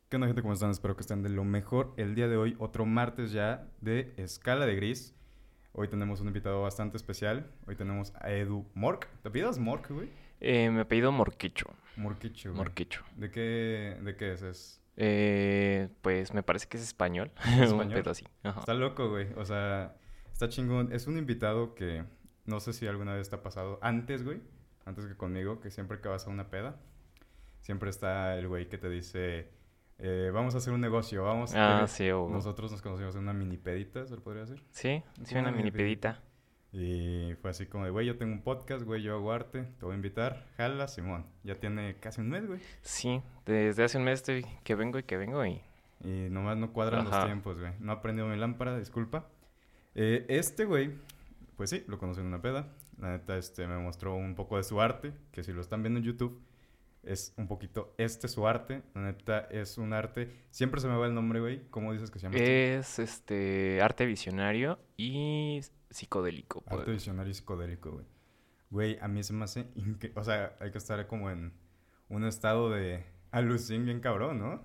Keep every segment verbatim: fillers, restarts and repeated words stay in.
¿Qué onda, gente? ¿Cómo están? Espero que estén de lo mejor. El día de hoy, otro martes ya de Escala de Gris. Hoy tenemos un invitado bastante especial. Hoy tenemos a Edu Mork. ¿Te pidas Mork, güey? Eh, me apellido Morquicho. Morquicho, güey. Morquicho. ¿De qué, de qué es? ¿Es, Eh, pues me parece que es español. es Un español? pedo así. Ajá. Está loco, güey. O sea, está chingón. Es un invitado que no sé si alguna vez te ha pasado antes, güey. Antes que conmigo, que siempre que vas a una peda, siempre está el güey que te dice, eh, vamos a hacer un negocio, vamos, Ah, que sí, o... nosotros nos conocimos en una mini pedita, ¿se lo podría decir? Sí, sí, Como una una mini mini pedita. pedita. Y fue así como de, güey, yo tengo un podcast, güey, yo hago arte, te voy a invitar, jala, Simón. Ya tiene casi un mes, güey. Sí, desde hace un mes estoy que vengo y que vengo y... Y nomás no cuadran los Ajá. tiempos, güey. No ha prendido mi lámpara, disculpa. Eh, este güey, pues sí, lo conocí en una peda. La neta, este, me mostró un poco de su arte, que si lo están viendo en YouTube, es un poquito este su arte. La neta, es un arte. Siempre se me va el nombre, güey. ¿Cómo dices que se llama este? Es este arte visionario y psicodélico, pues. Arte visionario y psicodélico, güey. Güey, a mí se me hace... incre- O sea, hay que estar como en un estado de alucin bien cabrón, ¿no?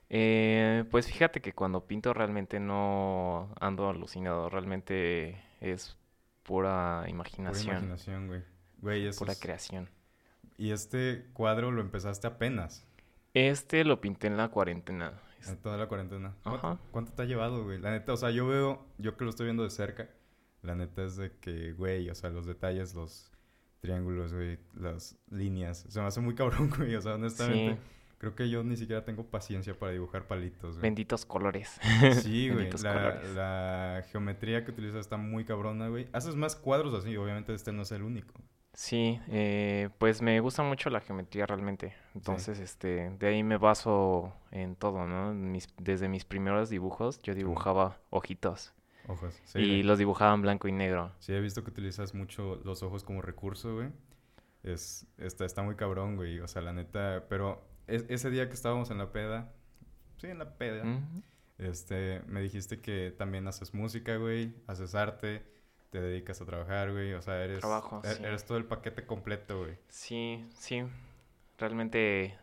Eh, pues fíjate que cuando pinto realmente no ando alucinado, realmente es pura Pura imaginación, imaginación, güey. Güey, eso pura es... creación. Y este cuadro lo empezaste apenas, Este lo pinté en la cuarentena. en Es- toda la cuarentena. ¿Cuánto, Ajá. cuánto te ha llevado, güey? La neta, o sea, yo veo... Yo que lo estoy viendo de cerca, la neta es de que, güey, o sea, los detalles, los triángulos, güey, las líneas. Se me hace muy cabrón, güey. O sea, Sí, honestamente, creo que yo ni siquiera tengo paciencia para dibujar palitos, güey. benditos colores. Sí, güey. Benditos La, colores. la geometría que utilizas está muy cabrona, güey. Haces más cuadros así, obviamente este no es el único. Sí, eh, pues me gusta mucho la geometría realmente. Sí, Entonces, este, de ahí me baso en todo, ¿no? Mis- desde mis primeros dibujos yo Simón. dibujaba ojitos Ojos. Sí, y güey. los dibujaba en blanco y negro. Sí, he visto que utilizas mucho los ojos como recurso, güey. Es, está, está muy cabrón, güey. O sea, la neta. Pero es- ese día que estábamos en la peda, sí, en la peda, Ujú. este, me dijiste que también haces música, güey. Haces arte, te dedicas a trabajar, güey. O sea, eres, Trabajo, e- sí. eres todo el paquete completo, güey. Sí, sí. Realmente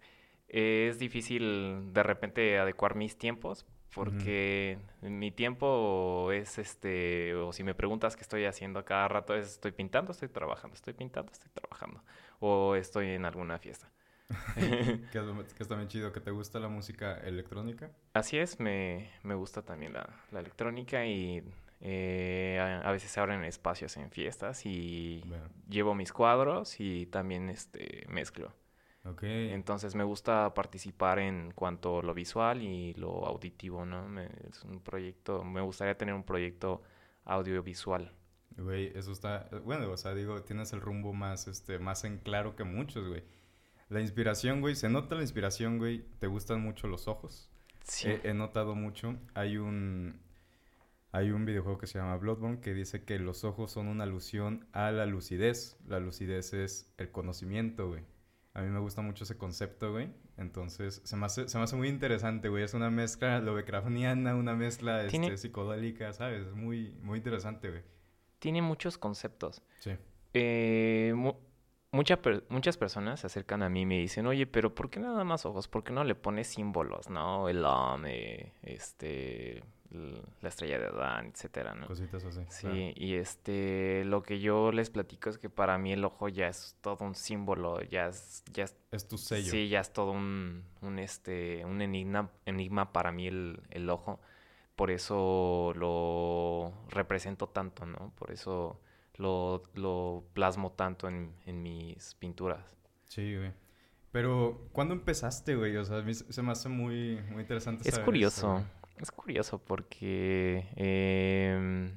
es difícil de repente adecuar mis tiempos Ujú. porque mi tiempo es este, o si me preguntas qué estoy haciendo a cada rato es estoy pintando, estoy trabajando, estoy pintando, estoy trabajando o estoy en alguna fiesta. Que, es lo- que está bien chido, que te gusta la música electrónica. Así es, me, me gusta también la, la electrónica y eh, a, a veces se abren espacios en fiestas y Bueno, llevo mis cuadros y también este, mezclo. ok. Entonces me gusta participar en cuanto a lo visual y lo auditivo, ¿no? Me- es un proyecto, me gustaría tener un proyecto audiovisual. Güey, eso está... Bueno, o sea, digo, tienes el rumbo más, este, más en claro que muchos, güey. La inspiración, güey, se nota la inspiración, güey. Te gustan mucho los ojos. Sí, He, he notado mucho. Hay un, hay un videojuego que se llama Bloodborne que dice que los ojos son una alusión a la lucidez. La lucidez es el conocimiento, güey. A mí me gusta mucho ese concepto, güey. Entonces, se me hace, se me hace muy interesante, güey. Es una mezcla lovecraftiana, una mezcla, este, tiene, psicodélica, ¿sabes? Es muy, muy interesante, güey. tiene muchos conceptos. Sí. Eh, mu- mucha per- muchas personas se acercan a mí y me dicen, oye, pero ¿por qué nada más ojos? ¿Por qué no le pones símbolos, no? El hombre, este, l- la estrella de Adán, etcétera, ¿no? Cositas así, claro. Sí, y este, lo que yo les platico es que para mí el ojo ya es todo un símbolo, ya es, ya es, Es tu sello. sí, ya es todo un, un este, un enigma, enigma para mí el, el ojo. Por eso lo represento tanto, ¿no? Por eso lo, lo plasmo tanto en, en mis pinturas. Sí, güey. Pero, ¿cuándo empezaste, güey? O sea, a mí se se me hace muy, muy interesante Es saber eso, güey. curioso, es curioso porque em,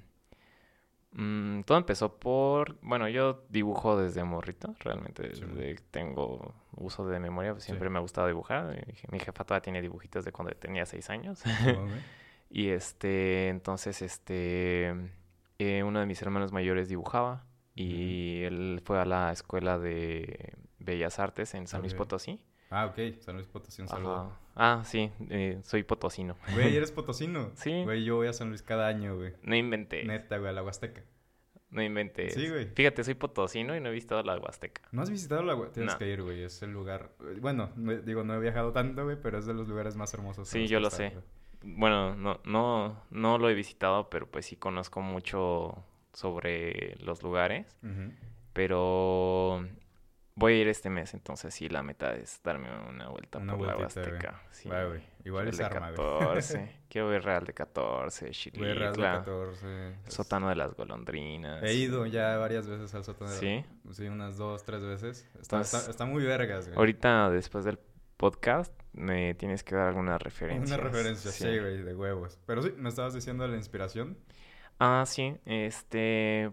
Mm, todo empezó por, bueno, yo dibujo desde morrito, realmente Simón. desde que tengo uso de memoria, pues, Sí. siempre me ha gustado dibujar. eh, Mi jefa todavía tiene dibujitos de cuando tenía seis años. Simón, güey. Y este, entonces, este, eh, uno de mis hermanos mayores dibujaba Ujú. y él fue a la escuela de Bellas Artes en San Ok. Luis Potosí. Ah, ok. San Luis Potosí, un saludo. Ajá. Ah, sí, eh, soy potosino. Güey, eres potosino. Sí, Güey, yo voy a San Luis cada año, güey. no inventé. Neta, güey, a la Huasteca. No inventes. Sí, güey. Fíjate, soy potosino y no he visitado la Huasteca. ¿No has visitado la Hua- Tienes No. que ir, güey. Es el lugar... Bueno, no- digo, no he viajado tanto, güey, pero es de los lugares más hermosos en Sí, los yo que he lo estado, sé. güey. Bueno, no, no, no lo he visitado, pero pues sí conozco mucho sobre los lugares. Ujú. Pero voy a ir este mes, entonces sí, la meta es darme una vuelta Una por la vueltita, güey. Huasteca. Sí, Va, güey. Igual Real es de arma, güey. catorce. Quiero ver Real de catorce, Güey, Real de Xilitla, catorce. el es- sótano de las golondrinas. He ido ya varias veces al sótano de Sí. la... Sí, unas dos, tres veces. Está, está, Entonces, está muy vergas, güey. ahorita después del podcast me tienes que dar algunas Una referencias. referencia, sí, Sí. güey, de huevos. Pero sí, me estabas diciendo de la inspiración. Ah, sí, este...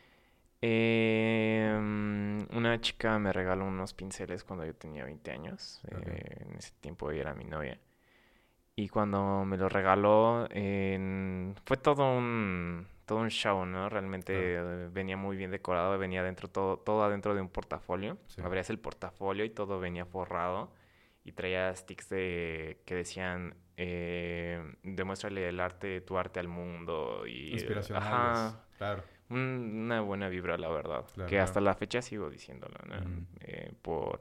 eh, mm, una chica me regaló unos pinceles cuando yo tenía veinte años. Ok. eh, en ese tiempo ella era mi novia. Y cuando me lo regaló, en- fue todo un, todo un show, ¿no? Realmente Claro. eh, venía muy bien decorado, venía dentro, todo, todo adentro de un portafolio. Sí. Abrías el portafolio y todo venía forrado. Y traía sticks de, que decían, eh, demuéstrale el arte, tu arte al mundo. Y, eh, Inspiracionales. ajá, Claro. un- una buena vibra, la verdad. Claro, Que hasta claro. la fecha sigo diciéndolo, ¿no? Ujú. Eh, por...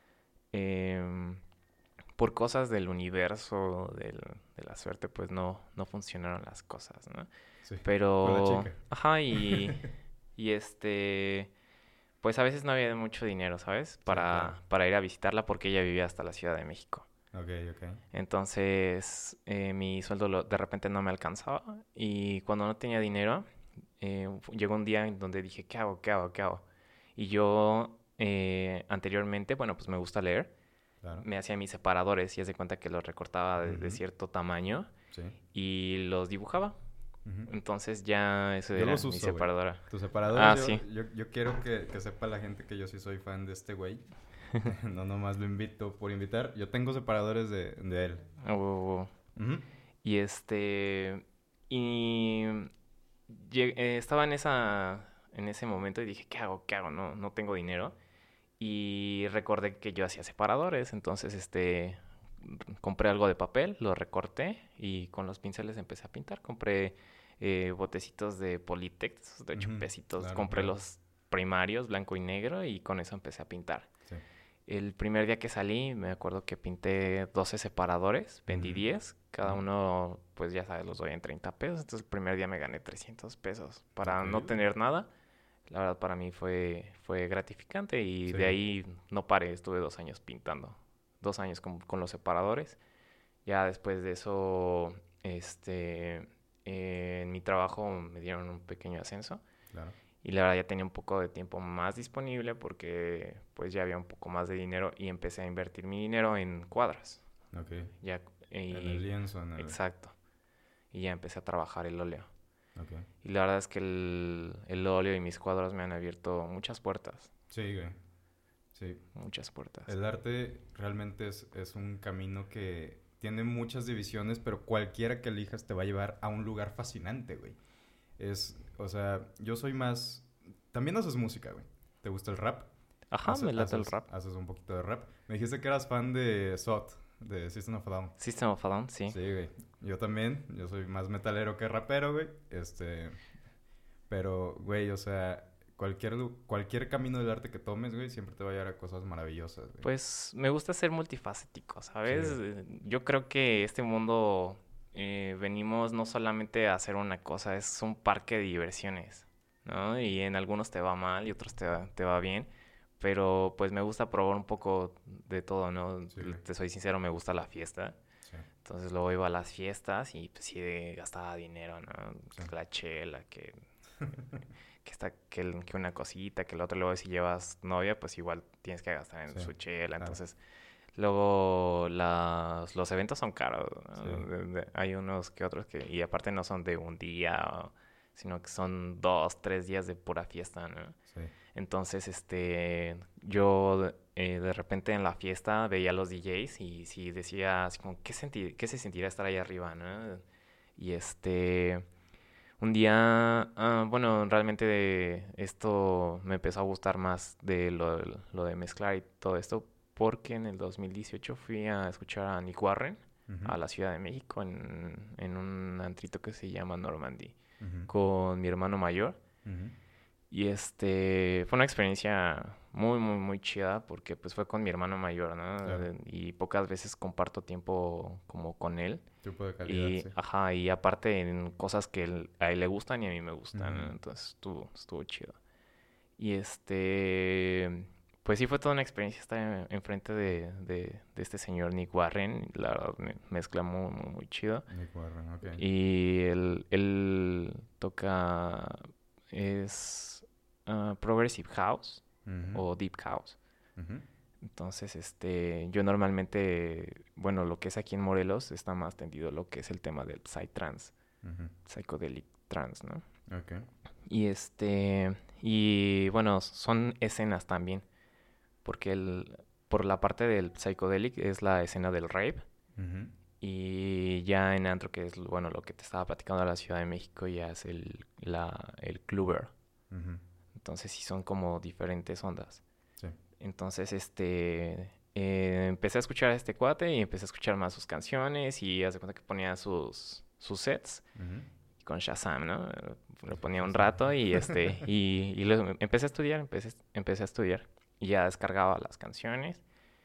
em, por cosas del universo, del- de la suerte, pues no, no funcionaron las cosas, ¿no? Sí. Con la Pero, chica. ajá, y, y este, pues a veces no había mucho dinero, ¿sabes? Para, claro. para ir a visitarla porque ella vivía hasta la Ciudad de México. Ok, ok. Entonces, eh, mi sueldo lo- de repente no me alcanzaba y cuando no tenía dinero, eh, fu- llegó un día en donde dije, ¿qué hago? ¿Qué hago? ¿Qué hago? Y yo, eh, anteriormente, bueno, pues me gusta leer. Claro. Me hacía mis separadores y haz de cuenta que los recortaba de, de Ujú. cierto tamaño Sí. y los dibujaba. Ujú. Entonces ya eso Yo era los mi uso, güey. separadora. Tus separadores, Ah, yo, sí. yo, yo quiero que, que sepa la gente que yo sí soy fan de este güey. No nomás lo invito por invitar. Yo tengo separadores de, de él. Uh, Ujú. y este... Y lleg- eh, estaba en esa, en ese momento y dije, ¿qué hago? ¿Qué hago? No, no tengo dinero. Y recordé que yo hacía separadores. Entonces, este... compré algo de papel, lo recorté y con los pinceles empecé a pintar. Compré eh, botecitos de Politex de ocho Ujú. pesitos. Claro, Compré claro. los primarios, blanco y negro, y con eso empecé a pintar. Sí. El primer día que salí, me acuerdo que pinté doce separadores, vendí Ujú. diez. Cada Ujú. uno, pues ya sabes, los doy en treinta pesos. Entonces el primer día me gané trescientos pesos. Para Ok, no güey. tener nada, la verdad para mí fue, fue gratificante y Sí. de ahí no paré. Estuve dos años pintando. Dos años con, con los separadores. Ya después de eso, este, eh, en mi trabajo me dieron un pequeño ascenso Claro. y la verdad ya tenía un poco de tiempo más disponible porque pues ya había un poco más de dinero y empecé a invertir mi dinero en cuadras. Ok. Ya, En el y, lienzo, en el... exacto. Y ya empecé a trabajar el óleo. Ok. Y la verdad es que el, el óleo y mis cuadros me han abierto muchas puertas. Sí, güey. Sí. Muchas puertas. El arte realmente es, es un camino que tiene muchas divisiones, pero cualquiera que elijas te va a llevar a un lugar fascinante, güey. Es, o sea, yo soy más... También haces música, güey. ¿Te gusta el rap? Ajá, Hace- me late el haces, rap. haces un poquito de rap. Me dijiste que eras fan de S O T, de System of a Down. System of a Down, sí. Sí, güey. Yo también. Yo soy más metalero que rapero, güey. Este... Pero, güey, o sea... Cualquier, lu- cualquier camino del arte que tomes, güey, siempre te va a llevar a cosas maravillosas, güey. Pues me gusta ser multifacético, ¿sabes? Sí. Eh, Yo creo que este mundo eh, venimos no solamente a hacer una cosa, es un parque de diversiones, ¿no? Y en algunos te va mal y otros te va, te va bien, pero pues me gusta probar un poco de todo, ¿no? Sí, güey. Te soy sincero, me gusta la fiesta. Sí. Entonces luego iba a las fiestas y pues sí de- gastaba dinero, ¿no? Sí. La chela, que, que, está, que, el- que una cosita, que el otro. Luego si llevas novia, pues igual tienes que gastar en Sí, su chela. claro. Entonces luego las, los eventos son caros, ¿no? Sí. De- de- hay unos que otros que... Y aparte no son de un día, o- sino que son dos, tres días de pura fiesta, ¿no? Sí. Entonces, este, yo eh, de repente en la fiesta veía a los D Js y sí decía así como, ¿qué senti- qué se sentirá estar ahí arriba, no? Y este, un día, ah, bueno, realmente de esto me empezó a gustar más de lo, lo de mezclar y todo esto, porque en el dos mil dieciocho fui a escuchar a Nick Warren Ujú. a la Ciudad de México en, en un antrito que se llama Normandy Ujú. con mi hermano mayor. Ujú. Y este, fue una experiencia muy, muy, muy chida porque pues fue con mi hermano mayor, ¿no? Claro. Eh, Y pocas veces comparto tiempo como con él. Tipo de calidad, Y, sí. ajá, y aparte en cosas que él- a él le gustan y a mí me gustan, ¿no? Ujú. Entonces estuvo, estuvo chido. Y este, pues sí fue toda una experiencia estar en- enfrente de, de, de este señor Nick Warren. La verdad, me- mezcla muy, muy, muy chido. Nick Warren, ok. Y él, él toca, es ah, Progressive House Ujú, o Deep House. ujú, Entonces, este, yo normalmente, bueno, lo que es aquí en Morelos está más tendido lo que es el tema del Psytrance, ujú. Psychedelic Trance, ¿no? Ok. Y este, y bueno, son escenas también, porque el, por la parte del Psychedelic es la escena del rave, Ujú, y ya en antro, que es, bueno, lo que te estaba platicando de la Ciudad de México, ya es el, la, el clubber. ujú. Entonces sí son como diferentes ondas. Sí. Entonces, este, eh, empecé a escuchar a este cuate y empecé a escuchar más sus canciones y haz de cuenta que ponía sus, sus sets Ujú. con Shazam, ¿no? Lo ponía Ya un sabes. rato y este, y, y luego empecé a estudiar, empecé, empecé a estudiar y ya descargaba las canciones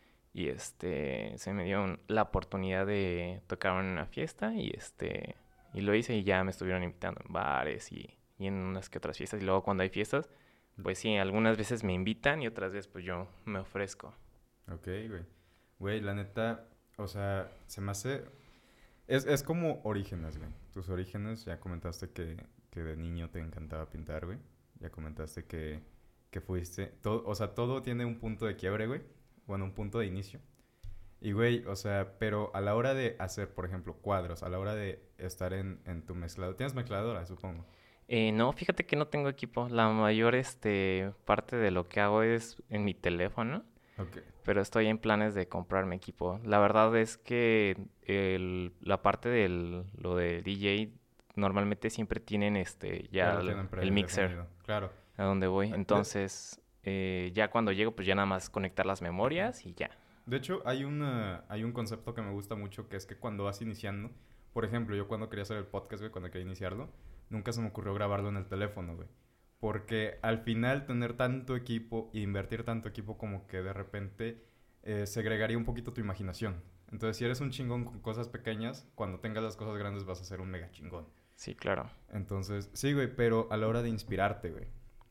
y este, se me dio un- la oportunidad de tocar en una fiesta y este, y lo hice y ya me estuvieron invitando en bares y, y en unas que otras fiestas y luego cuando hay fiestas, pues sí, algunas veces me invitan y otras veces pues yo me ofrezco. Ok, güey. Güey, la neta, o sea, se me hace... Es, es como orígenes, güey. Tus orígenes, ya comentaste que, que de niño te encantaba pintar, güey. Ya comentaste que, que fuiste... Todo, o sea, todo tiene un punto de quiebre, güey. Bueno, un punto de inicio. Y, güey, o sea, pero a la hora de hacer, por ejemplo, cuadros, a la hora de estar en, en tu mezcladora... Tienes mezcladora, supongo. Eh, no, fíjate que no tengo equipo. La mayor este, parte de lo que hago es en mi teléfono, Ok. pero estoy en planes de comprarme equipo. La verdad es que el- la parte del lo de D J normalmente siempre tienen este Ya ya lo el, tienen el mixer predefinido. Claro. a donde voy. De, Entonces, eh, ya cuando llego, pues ya nada más conectar las memorias y ya. De hecho, hay, una, hay un concepto que me gusta mucho que es que cuando vas iniciando, por ejemplo, yo cuando quería hacer el podcast, güey, cuando quería iniciarlo, nunca se me ocurrió grabarlo en el teléfono, güey. Porque al final tener tanto equipo e invertir tanto equipo como que de repente eh, segregaría un poquito tu imaginación. Entonces, si eres un chingón con cosas pequeñas, cuando tengas las cosas grandes vas a ser un mega chingón. Sí, claro. Entonces, sí, güey, pero a la hora de inspirarte, güey.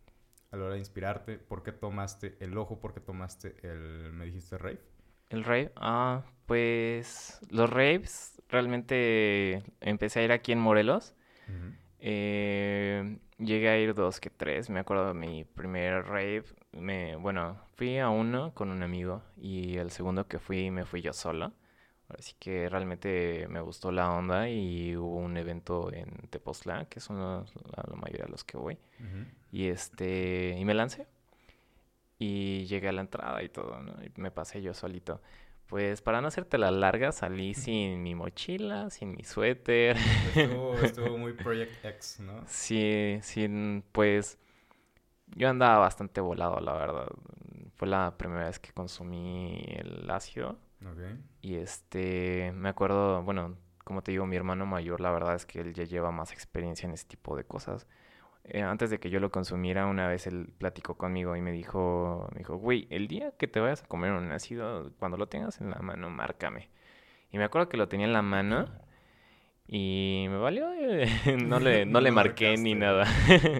A la hora de inspirarte, ¿por qué tomaste el ojo? ¿Por qué tomaste el, me dijiste, rave? El rave, ah, pues los raves realmente empecé a ir aquí en Morelos. Ujú, Eh, llegué a ir dos que tres. Me acuerdo de mi primer rave. Me, bueno, fui a uno con un amigo y el segundo que fui me fui yo solo. Así que realmente me gustó la onda y hubo un evento en Tepoztlán, que son los- la, la mayoría de los que voy. ujú. Y este, y me lancé y llegué a la entrada y todo, ¿no? Y me pasé yo solito. Pues para no hacerte la larga, salí sin mi mochila, sin mi suéter. Estuvo, estuvo muy Project X, ¿no? Sí, sin, pues yo andaba bastante volado, la verdad. Fue la primera vez que consumí el ácido Ok. y este, me acuerdo, bueno, como te digo, mi hermano mayor, la verdad es que él ya lleva más experiencia en ese tipo de cosas. Eh, antes de que yo lo consumiera, una vez él platicó conmigo y me dijo, me dijo, güey, el día que te vayas a comer un ácido, cuando lo tengas en la mano, márcame. Y me acuerdo que lo tenía en la mano y me valió, eh, no le, no No le lo marqué ni marcaste, güey. nada.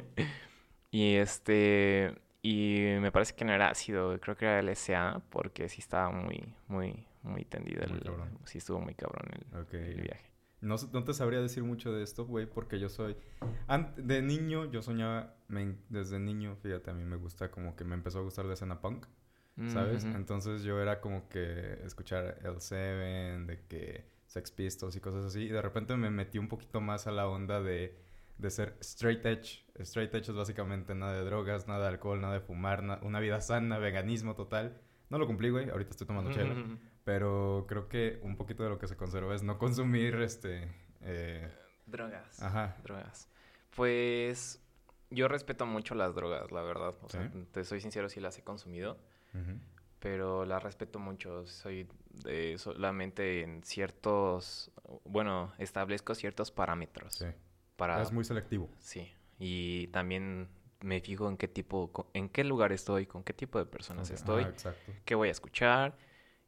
Y este, y me parece que no era ácido, creo que era L S A, porque sí estaba muy, muy, muy tendido Muy el, cabrón. sí estuvo muy cabrón Ok, el, el güey. viaje. No, s- no te sabría decir mucho de esto, güey, porque yo soy... an- de niño, yo soñaba... me en- desde niño, fíjate, a mí me gusta como que me empezó a gustar la escena punk, ¿sabes? Ujú. Entonces yo era como que escuchar L siete, de que Sex Pistols y cosas así. Y de repente me metí un poquito más a la onda de, de ser straight edge. Straight edge es básicamente nada de drogas, nada de alcohol, nada de fumar, na- una vida sana, veganismo total. No lo cumplí, güey. Ahorita estoy tomando chela. Pero creo que un poquito de lo que se conserva es no consumir, este... eh, Drogas, ajá, drogas. Pues yo respeto mucho las drogas, la verdad. O sí. sea, te soy sincero, sí las he consumido, Ujú, pero las respeto mucho. Soy de solamente en ciertos, bueno, establezco ciertos sí. parámetros Es para, muy selectivo. sí. Y también me fijo en qué tipo, co- en qué lugar estoy, con qué tipo de personas Ok, estoy, ajá, exacto. qué voy a escuchar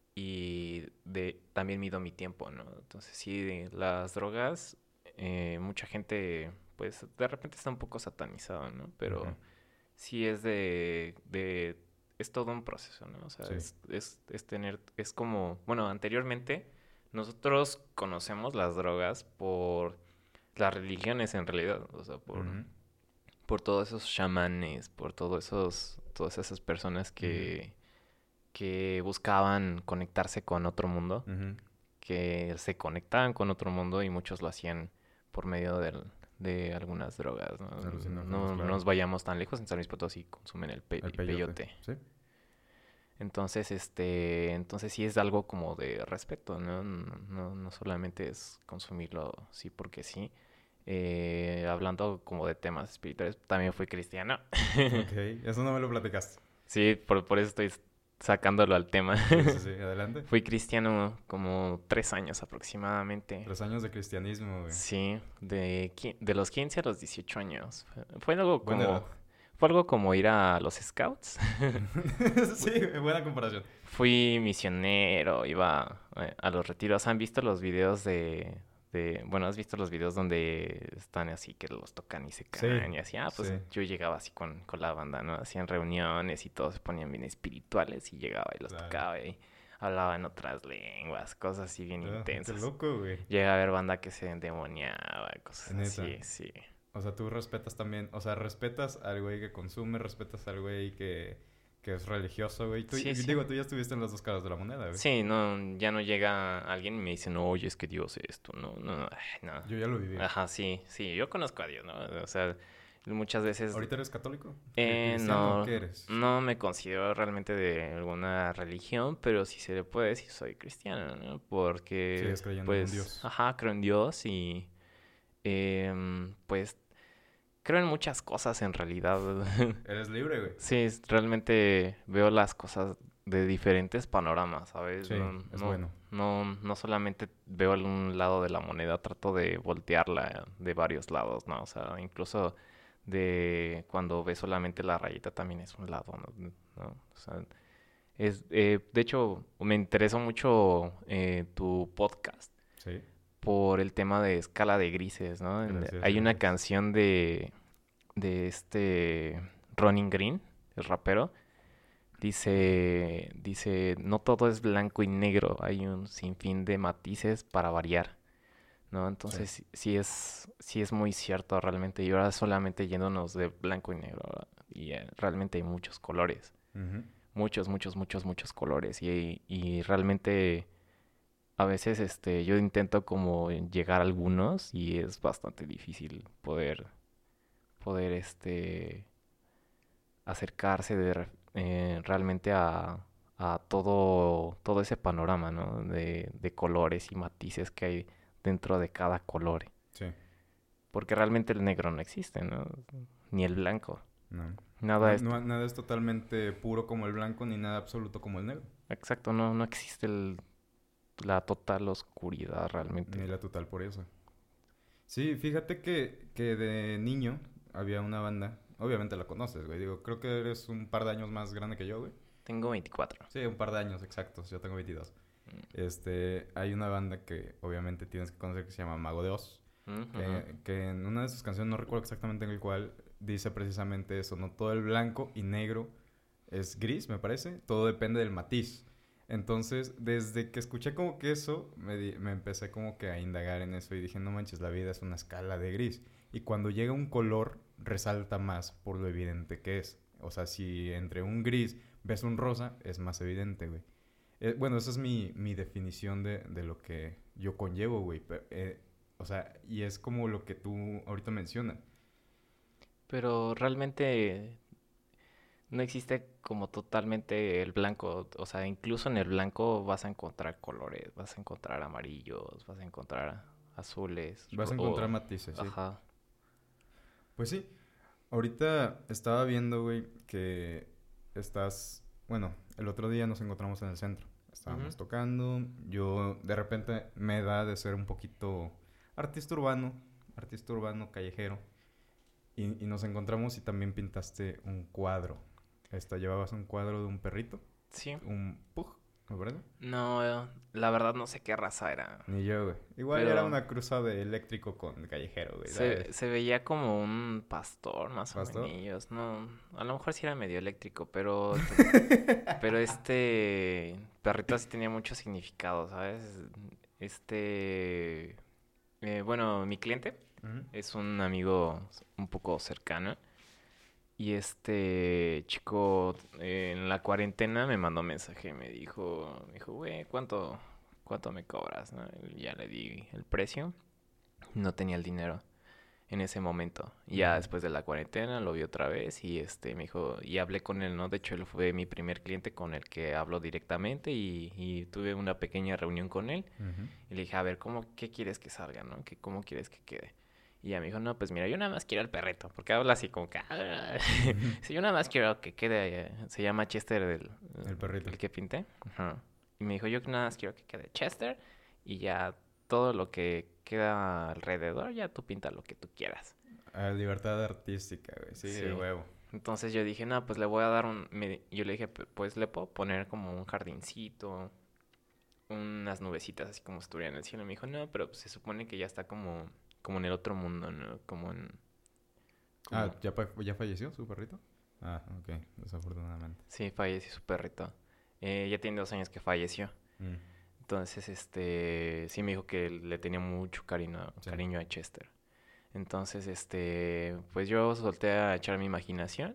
y de, también mido mi tiempo, ¿no? Entonces sí, las drogas, eh, mucha gente, pues de repente está un poco satanizado, ¿no? Ujú, Pero sí es de, de, es todo un proceso, ¿no? O sea, sí. es, es, es tener, es como, bueno, anteriormente nosotros conocemos las drogas por las religiones en realidad, o sea, por, Ujú, por todos esos chamanes, por todos esos, todas esas personas ujú, que, que buscaban conectarse con otro mundo, ujú. que se conectaban con otro mundo y muchos lo hacían por medio del- de algunas drogas, ¿no? Alucinógenos, No, no claro. nos vayamos tan lejos, en San Luis Potosí consumen el pe- El peyote, peyote. ¿sí? Entonces, este, entonces sí es algo como de respeto, ¿no? No, no, no solamente es consumirlo sí porque sí. Eh, hablando como de temas espirituales, también fui cristiano. Ok, eso no me lo platicaste. Sí, por, por eso estoy sacándolo al tema. Sí, sí, sí, adelante. Fui cristiano como tres años aproximadamente. Tres años de cristianismo, güey. Sí, de, qui- de los quince a los dieciocho años. Fue, fue algo Buena como, edad. fue algo como ir a los scouts. Sí, buena comparación. Fui misionero, iba eh, a los retiros. ¿Han visto los videos de, de, bueno, has visto los videos donde están así que los tocan y se Sí, caen y así? Ah, pues sí. yo llegaba así con, con la banda, ¿no? Hacían reuniones y todos se ponían bien espirituales y llegaba y los Claro. tocaba y hablaba en otras lenguas, cosas así bien Ah, qué intensas. loco, güey. Llega a ver banda que se endemoniaba, cosas Neta. así, sí. O sea, tú respetas también, o sea, respetas al güey que consume, respetas al güey que, que es religioso, güey. Tú, Sí, sí. digo, tú ya estuviste en las dos caras de la moneda, güey. Sí, no, ya no llega alguien y me dice, no, oye, es que Dios es esto, no, no, no, ay, no. Yo ya lo viví. Ajá, sí, sí, yo conozco a Dios, ¿no? O sea, muchas veces, ¿Ahorita eres católico? ¿Cri- eh, ¿Cristiano o no, qué eres? no me considero realmente de alguna religión, pero sí se le puede decir soy cristiano, ¿no? Porque, Sigues creyendo en un pues, Dios. ajá, creo en Dios y, em, pues, creo en muchas cosas en realidad. Eres libre, güey. Sí, es- realmente veo las cosas de diferentes panoramas, ¿sabes? Sí, No, es no, bueno. no, no solamente veo un lado de la moneda, trato de voltearla de varios lados, ¿no? O sea, incluso de cuando ves solamente la rayita también es un lado, ¿no? ¿No? O sea, es, eh, de hecho, me interesó mucho eh, tu podcast Sí. por el tema de escala de grises, ¿no? En- Gracias, Hay una gracias. canción de, de este Ronnie Green, el rapero. Dice, dice, no todo es blanco y negro, hay un sinfín de matices para variar, ¿no? Sí. Entonces, sí, sí es, sí es muy cierto realmente. Y ahora solamente yéndonos de blanco y negro, ¿verdad? Y eh, realmente hay muchos colores, Ujú. muchos, muchos, muchos, muchos colores. Y, y realmente a veces este, yo intento como llegar a algunos y es bastante difícil poder, poder este, acercarse de, re- eh, realmente a, a todo, todo ese panorama, ¿no? De, de colores y matices que hay dentro de cada color. Sí. Porque realmente el negro no existe, ¿no? Ni el blanco. No. Nada No, es... no- nada es totalmente puro como el blanco ni nada absoluto como el negro. Exacto, no, no existe el- la total oscuridad realmente. Ni la total por eso. Sí, fíjate que, que de niño había una banda. Obviamente la conoces, güey. Digo, creo que eres un par de años más grande que yo, güey. Tengo veinticuatro. Sí, un par de años exactos. Yo tengo veintidós. Mm. Este, hay una banda que obviamente tienes que conocer que se llama Mago de Oz. Ujú. Que, que en una de sus canciones, no recuerdo exactamente en el cual, dice precisamente eso, ¿no? Todo el blanco y negro es gris, me parece. Todo depende del matiz. Entonces, desde que escuché como que eso, me, di- me empecé como que a indagar en eso y dije, no manches, la vida es una escala de gris. Y cuando llega un color, resalta más por lo evidente que es. O sea, si entre un gris ves un rosa, es más evidente, güey. Eh, bueno, esa es mi, mi definición de, de lo que yo conllevo, güey. Pe- eh, o sea, y es como lo que tú ahorita mencionas. Pero realmente no existe como totalmente el blanco. O sea, incluso en el blanco vas a encontrar colores. Vas a encontrar amarillos, vas a encontrar azules. Vas ro- a encontrar o- matices, sí. Ajá. Pues sí, ahorita estaba viendo, güey, que estás... Bueno, el otro día nos encontramos en el centro. Ujú. Estábamos tocando. Yo de repente me da de ser un poquito artista urbano, artista urbano, callejero. y, y nos encontramos y también pintaste un cuadro. Esta, llevabas un cuadro de un perrito, Sí. un pug, me parece. No, la verdad no sé qué raza era. Ni yo, güey. Igual era Pero una cruza de eléctrico con callejero, güey, se, ¿sabes? se veía como un pastor, más o ¿Pastor? menos. No, a lo mejor sí era medio eléctrico, pero, pero este perrito sí tenía mucho significado, ¿sabes? Este, eh, bueno, mi cliente Ujú. es un amigo un poco cercano. Y este chico eh, en la cuarentena me mandó mensaje, me dijo, me dijo, güey, ¿cuánto, cuánto me cobras? ¿no? Y ya le di el precio. No tenía el dinero en ese momento. Y ya Ujú. después de la cuarentena lo vi otra vez y este me dijo, y hablé con él, ¿no? De hecho, él fue mi primer cliente con el que hablo directamente y, y tuve una pequeña reunión con él. Ujú. Y le dije, a ver, ¿cómo, qué quieres que salga, no? ¿Qué, cómo quieres que quede? Y ya me dijo, no, pues mira, yo nada más quiero el perrito. Porque habla así como que... Ujú. Sí, yo nada más quiero que quede... eh, Se llama Chester el, El perrito. el que pinté. Ajá. Y me dijo, yo nada más quiero que quede Chester. Y ya todo lo que queda alrededor, ya tú pinta lo que tú quieras. Ah, libertad artística, güey. Sí, de Sí. huevo. Entonces yo dije, no, pues le voy a dar un... me- Yo le dije, "Pu- pues le puedo poner como un jardincito, unas nubecitas así como si estuviera en el cielo". Y me dijo, no, pero pues, se supone que ya está como, como en el otro mundo, ¿no? Como en... Ah, Como... ¿ya, pa- ¿ya falleció su perrito? Ah, ok. Desafortunadamente. Sí, falleció su perrito. Eh, ya tiene dos años que falleció. Mm, Entonces, este, sí me dijo que le tenía mucho cariño, sí. cariño a Chester. Entonces, este, pues yo solté a echar mi imaginación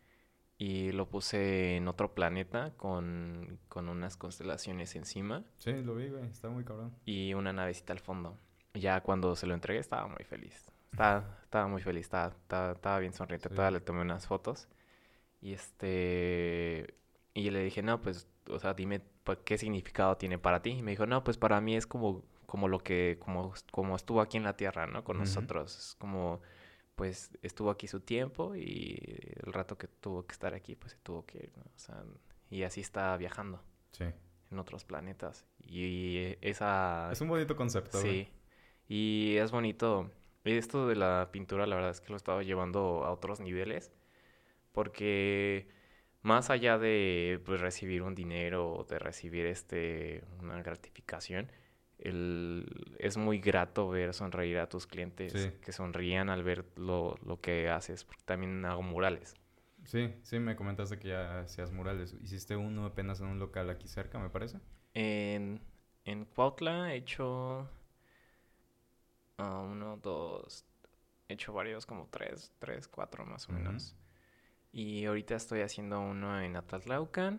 y lo puse en otro planeta con, con unas constelaciones encima Sí, lo vi, güey. Está muy cabrón. y una navecita al fondo. Ya cuando se lo entregué estaba muy feliz. Estaba, estaba muy feliz, estaba, estaba, estaba bien sonriente. Sí. Todavía le tomé unas fotos. Y este... Y le dije, no, pues, o sea, dime pa- qué significado tiene para ti. Y me dijo, no, pues para mí es como, como lo que, como, como estuvo aquí en la Tierra, ¿no? Con Ujú. nosotros. Es como, pues, estuvo aquí su tiempo y el rato que tuvo que estar aquí, pues se tuvo que ir, ¿no? O sea, y así está viajando Sí. en otros planetas. Y esa, Es un bonito concepto, güey. sí, y es bonito. Esto de la pintura, la verdad es que lo estaba llevando a otros niveles, porque más allá de pues, recibir un dinero o de recibir este una gratificación, el, es muy grato ver sonreír a tus clientes Sí. que sonrían al ver lo, lo que haces, porque también hago murales. Sí, sí, me comentaste que ya hacías murales. Hiciste uno apenas en un local aquí cerca, me parece. En, en Cuautla he hecho ah, uno, dos, he hecho varios, como tres, tres, cuatro más o Ujú. menos. Y ahorita estoy haciendo uno en Atlatlaucan.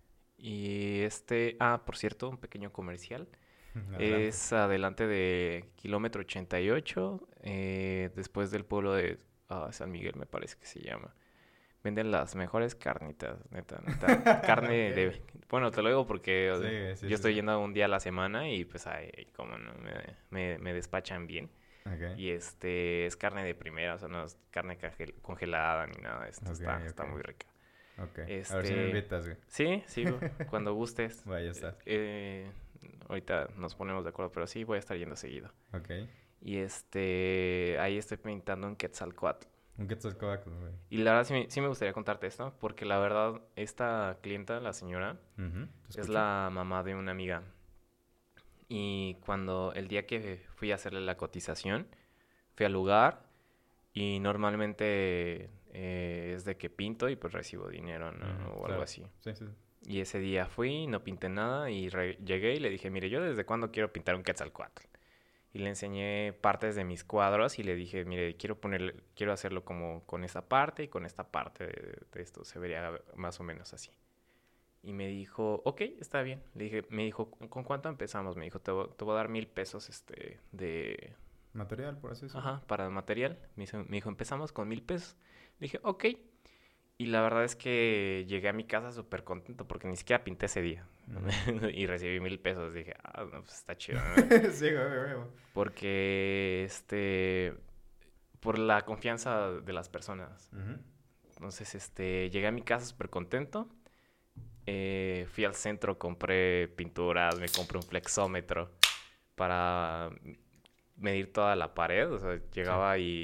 Y este, ah, por cierto, un pequeño comercial. Adelante. Es adelante de kilómetro ochenta y ocho, eh, después del pueblo de ah, San Miguel, me parece que se llama. Venden las mejores carnitas, neta, neta. Carne Ok. de... Bueno, te lo digo porque o sea, Sí, sí, yo sí, sí. estoy yendo un día a la semana y pues ahí, como no, me, me, me despachan bien. Ok. Y este es carne de primera, o sea, no es carne congel- congelada ni nada. Esto Ok, está, ok. está muy rica. Ok. A ver si me Este, invitas, güey. sí, sí, cuando gustes. Vaya Eh, está. eh, ahorita nos ponemos de acuerdo, pero sí voy a estar yendo seguido. Ok. Y este, ahí estoy pintando un Quetzalcóatl. Un Quetzalcóatl, güey. Y la verdad sí, me- sí me gustaría contarte esto, porque la verdad, esta clienta, la señora, Ujú, te es escucho. la mamá de una amiga. Y cuando el día que fui a hacerle la cotización, fui al lugar y normalmente eh, es de que pinto y pues recibo dinero, ¿no? Ujú, O algo claro. así. Sí, sí. Y ese día fui, no pinté nada y re- llegué y le dije, mire, yo desde cuándo quiero pintar un Quetzalcóatl. Y le enseñé partes de mis cuadros y le dije, mire, quiero ponerle, quiero hacerlo como con esta parte y con esta parte de, de esto. Se vería más o menos así. Y me dijo, ok, está bien. Le dije, me dijo, ¿con cuánto empezamos? Me dijo, te, voy- te voy a dar mil pesos este, de, Material, por así decirlo. ajá, para el material. Me dijo, me dijo, empezamos con mil pesos. Le dije, ok. Y la verdad es que llegué a mi casa súper contento porque ni siquiera pinté ese día. Ujú. Y recibí mil pesos. Dije, ah, no, pues está chido, ¿no? Sí, güey, güey, güey. Porque, este, por la confianza de las personas. Ujú. Entonces, este, llegué a mi casa súper contento. Eh, fui al centro, compré pinturas, me compré un flexómetro para medir toda la pared. O sea, Sí. llegaba y,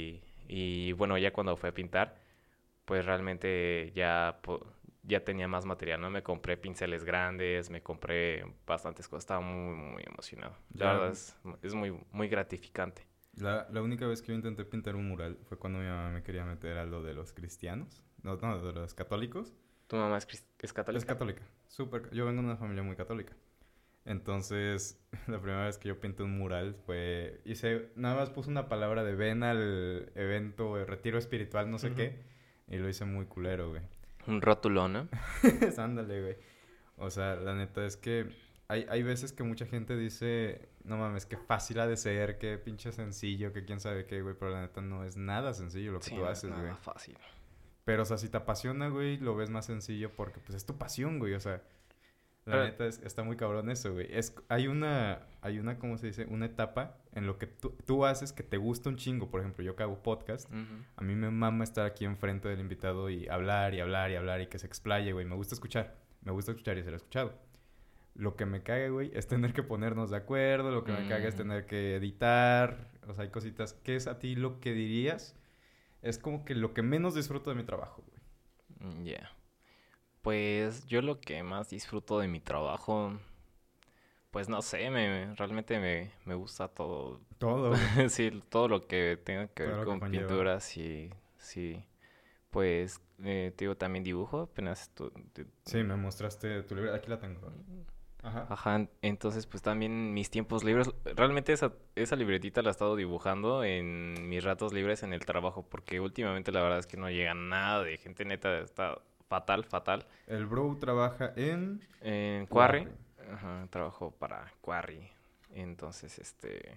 Y bueno, ya cuando fui a pintar, pues realmente ya, po- ya tenía más material, ¿no? Me compré pinceles grandes, me compré bastantes cosas, estaba muy, muy emocionado. La Ya, verdad es, es muy, muy gratificante. la, la única vez que yo intenté pintar un mural fue cuando mi mamá me quería meter a lo de los cristianos. No, no, de los católicos. ¿Tu mamá es, cris- es Es católica? católica. Súper. Yo vengo de una familia muy católica. Entonces, la primera vez que yo pinté un mural fue... Hice... Nada más puse una palabra de ven al evento, el retiro espiritual, no sé Ujú. qué. Y lo hice muy culero, güey. Un rótulo, ¿no? Ándale, güey. O sea, la neta es que hay, hay veces que mucha gente dice, no mames, qué fácil ha de ser, qué pinche sencillo, que quién sabe qué, güey, pero la neta no es nada sencillo lo que Sí, tú no es haces, güey. nada fácil. Pero, o sea, si te apasiona, güey, lo ves más sencillo porque, pues, es tu pasión, güey, o sea, la Pero, neta es, está muy cabrón eso, güey. Es, hay una, hay una, ¿cómo se dice? Una etapa en lo que tú, tú haces que te gusta un chingo. Por ejemplo, yo que hago podcast, ujú. a mí me mama estar aquí enfrente del invitado y hablar y hablar y hablar y que se explaye, güey. Me gusta escuchar, me gusta escuchar y ser escuchado. Lo que me caga, güey, es tener que ponernos de acuerdo. Lo que me caga es Mm, tener que editar. O sea, hay cositas. ¿Qué es a ti lo que dirías? Es como que lo que menos disfruto de mi trabajo, güey. mm, ya. Pues yo lo que más disfruto de mi trabajo, pues no sé, me, realmente me, me gusta todo. Todo, güey. Sí, todo lo que tenga que Todo ver lo que con conlleva. pinturas y sí. Pues eh, te digo también dibujo, apenas estu- te- Sí, me mostraste tu libro. Aquí la tengo. Ajá. Ajá, en- entonces pues también mis tiempos libres, realmente esa, esa libretita la he estado dibujando en mis ratos libres en el trabajo, porque últimamente la verdad es que no llega nada de gente, neta, está fatal, fatal. El bro trabaja en En Quarry, Quarry. ajá, trabajo para Quarry, entonces este...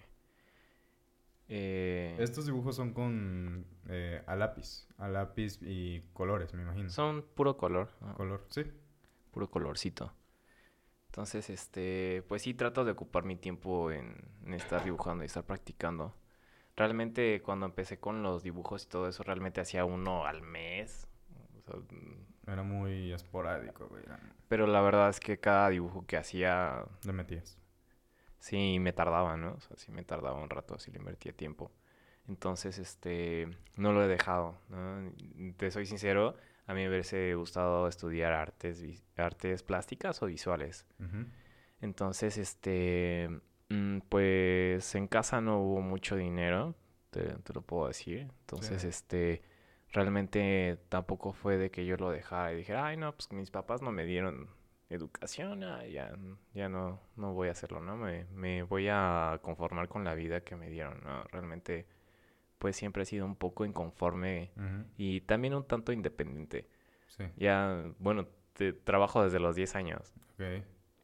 eh, Estos dibujos son con eh, a lápiz. A lápiz y colores, me imagino. son puro color, ah, Color, sí. puro colorcito. Entonces, este, pues sí trato de ocupar mi tiempo en, en estar dibujando y estar practicando. Realmente cuando empecé con los dibujos y todo eso, realmente hacía uno al mes. O sea, mm, Era muy esporádico, güey. Era- pero la verdad es que cada dibujo que hacía, Le metías. sí me tardaba, ¿no? O sea, sí me tardaba un rato, así le invertía tiempo. Entonces, este, no lo he dejado, ¿no? Te soy sincero, a mí me hubiese gustado estudiar artes, vis- artes plásticas o visuales. Ujú. Entonces, este, mm, pues en casa no hubo mucho dinero, te, te lo puedo decir. Sí. Entonces, este, realmente tampoco fue de que yo lo dejara y dijera, ay, no, pues mis papás no me dieron educación, ah, ya, n- ya no, no voy a hacerlo, ¿no? Me, me voy a conformar con la vida que me dieron, ¿no? Realmente, pues siempre he sido un poco inconforme Ujú. y también un tanto independiente. Sí. Ya, bueno, te- trabajo desde los diez años. Ok.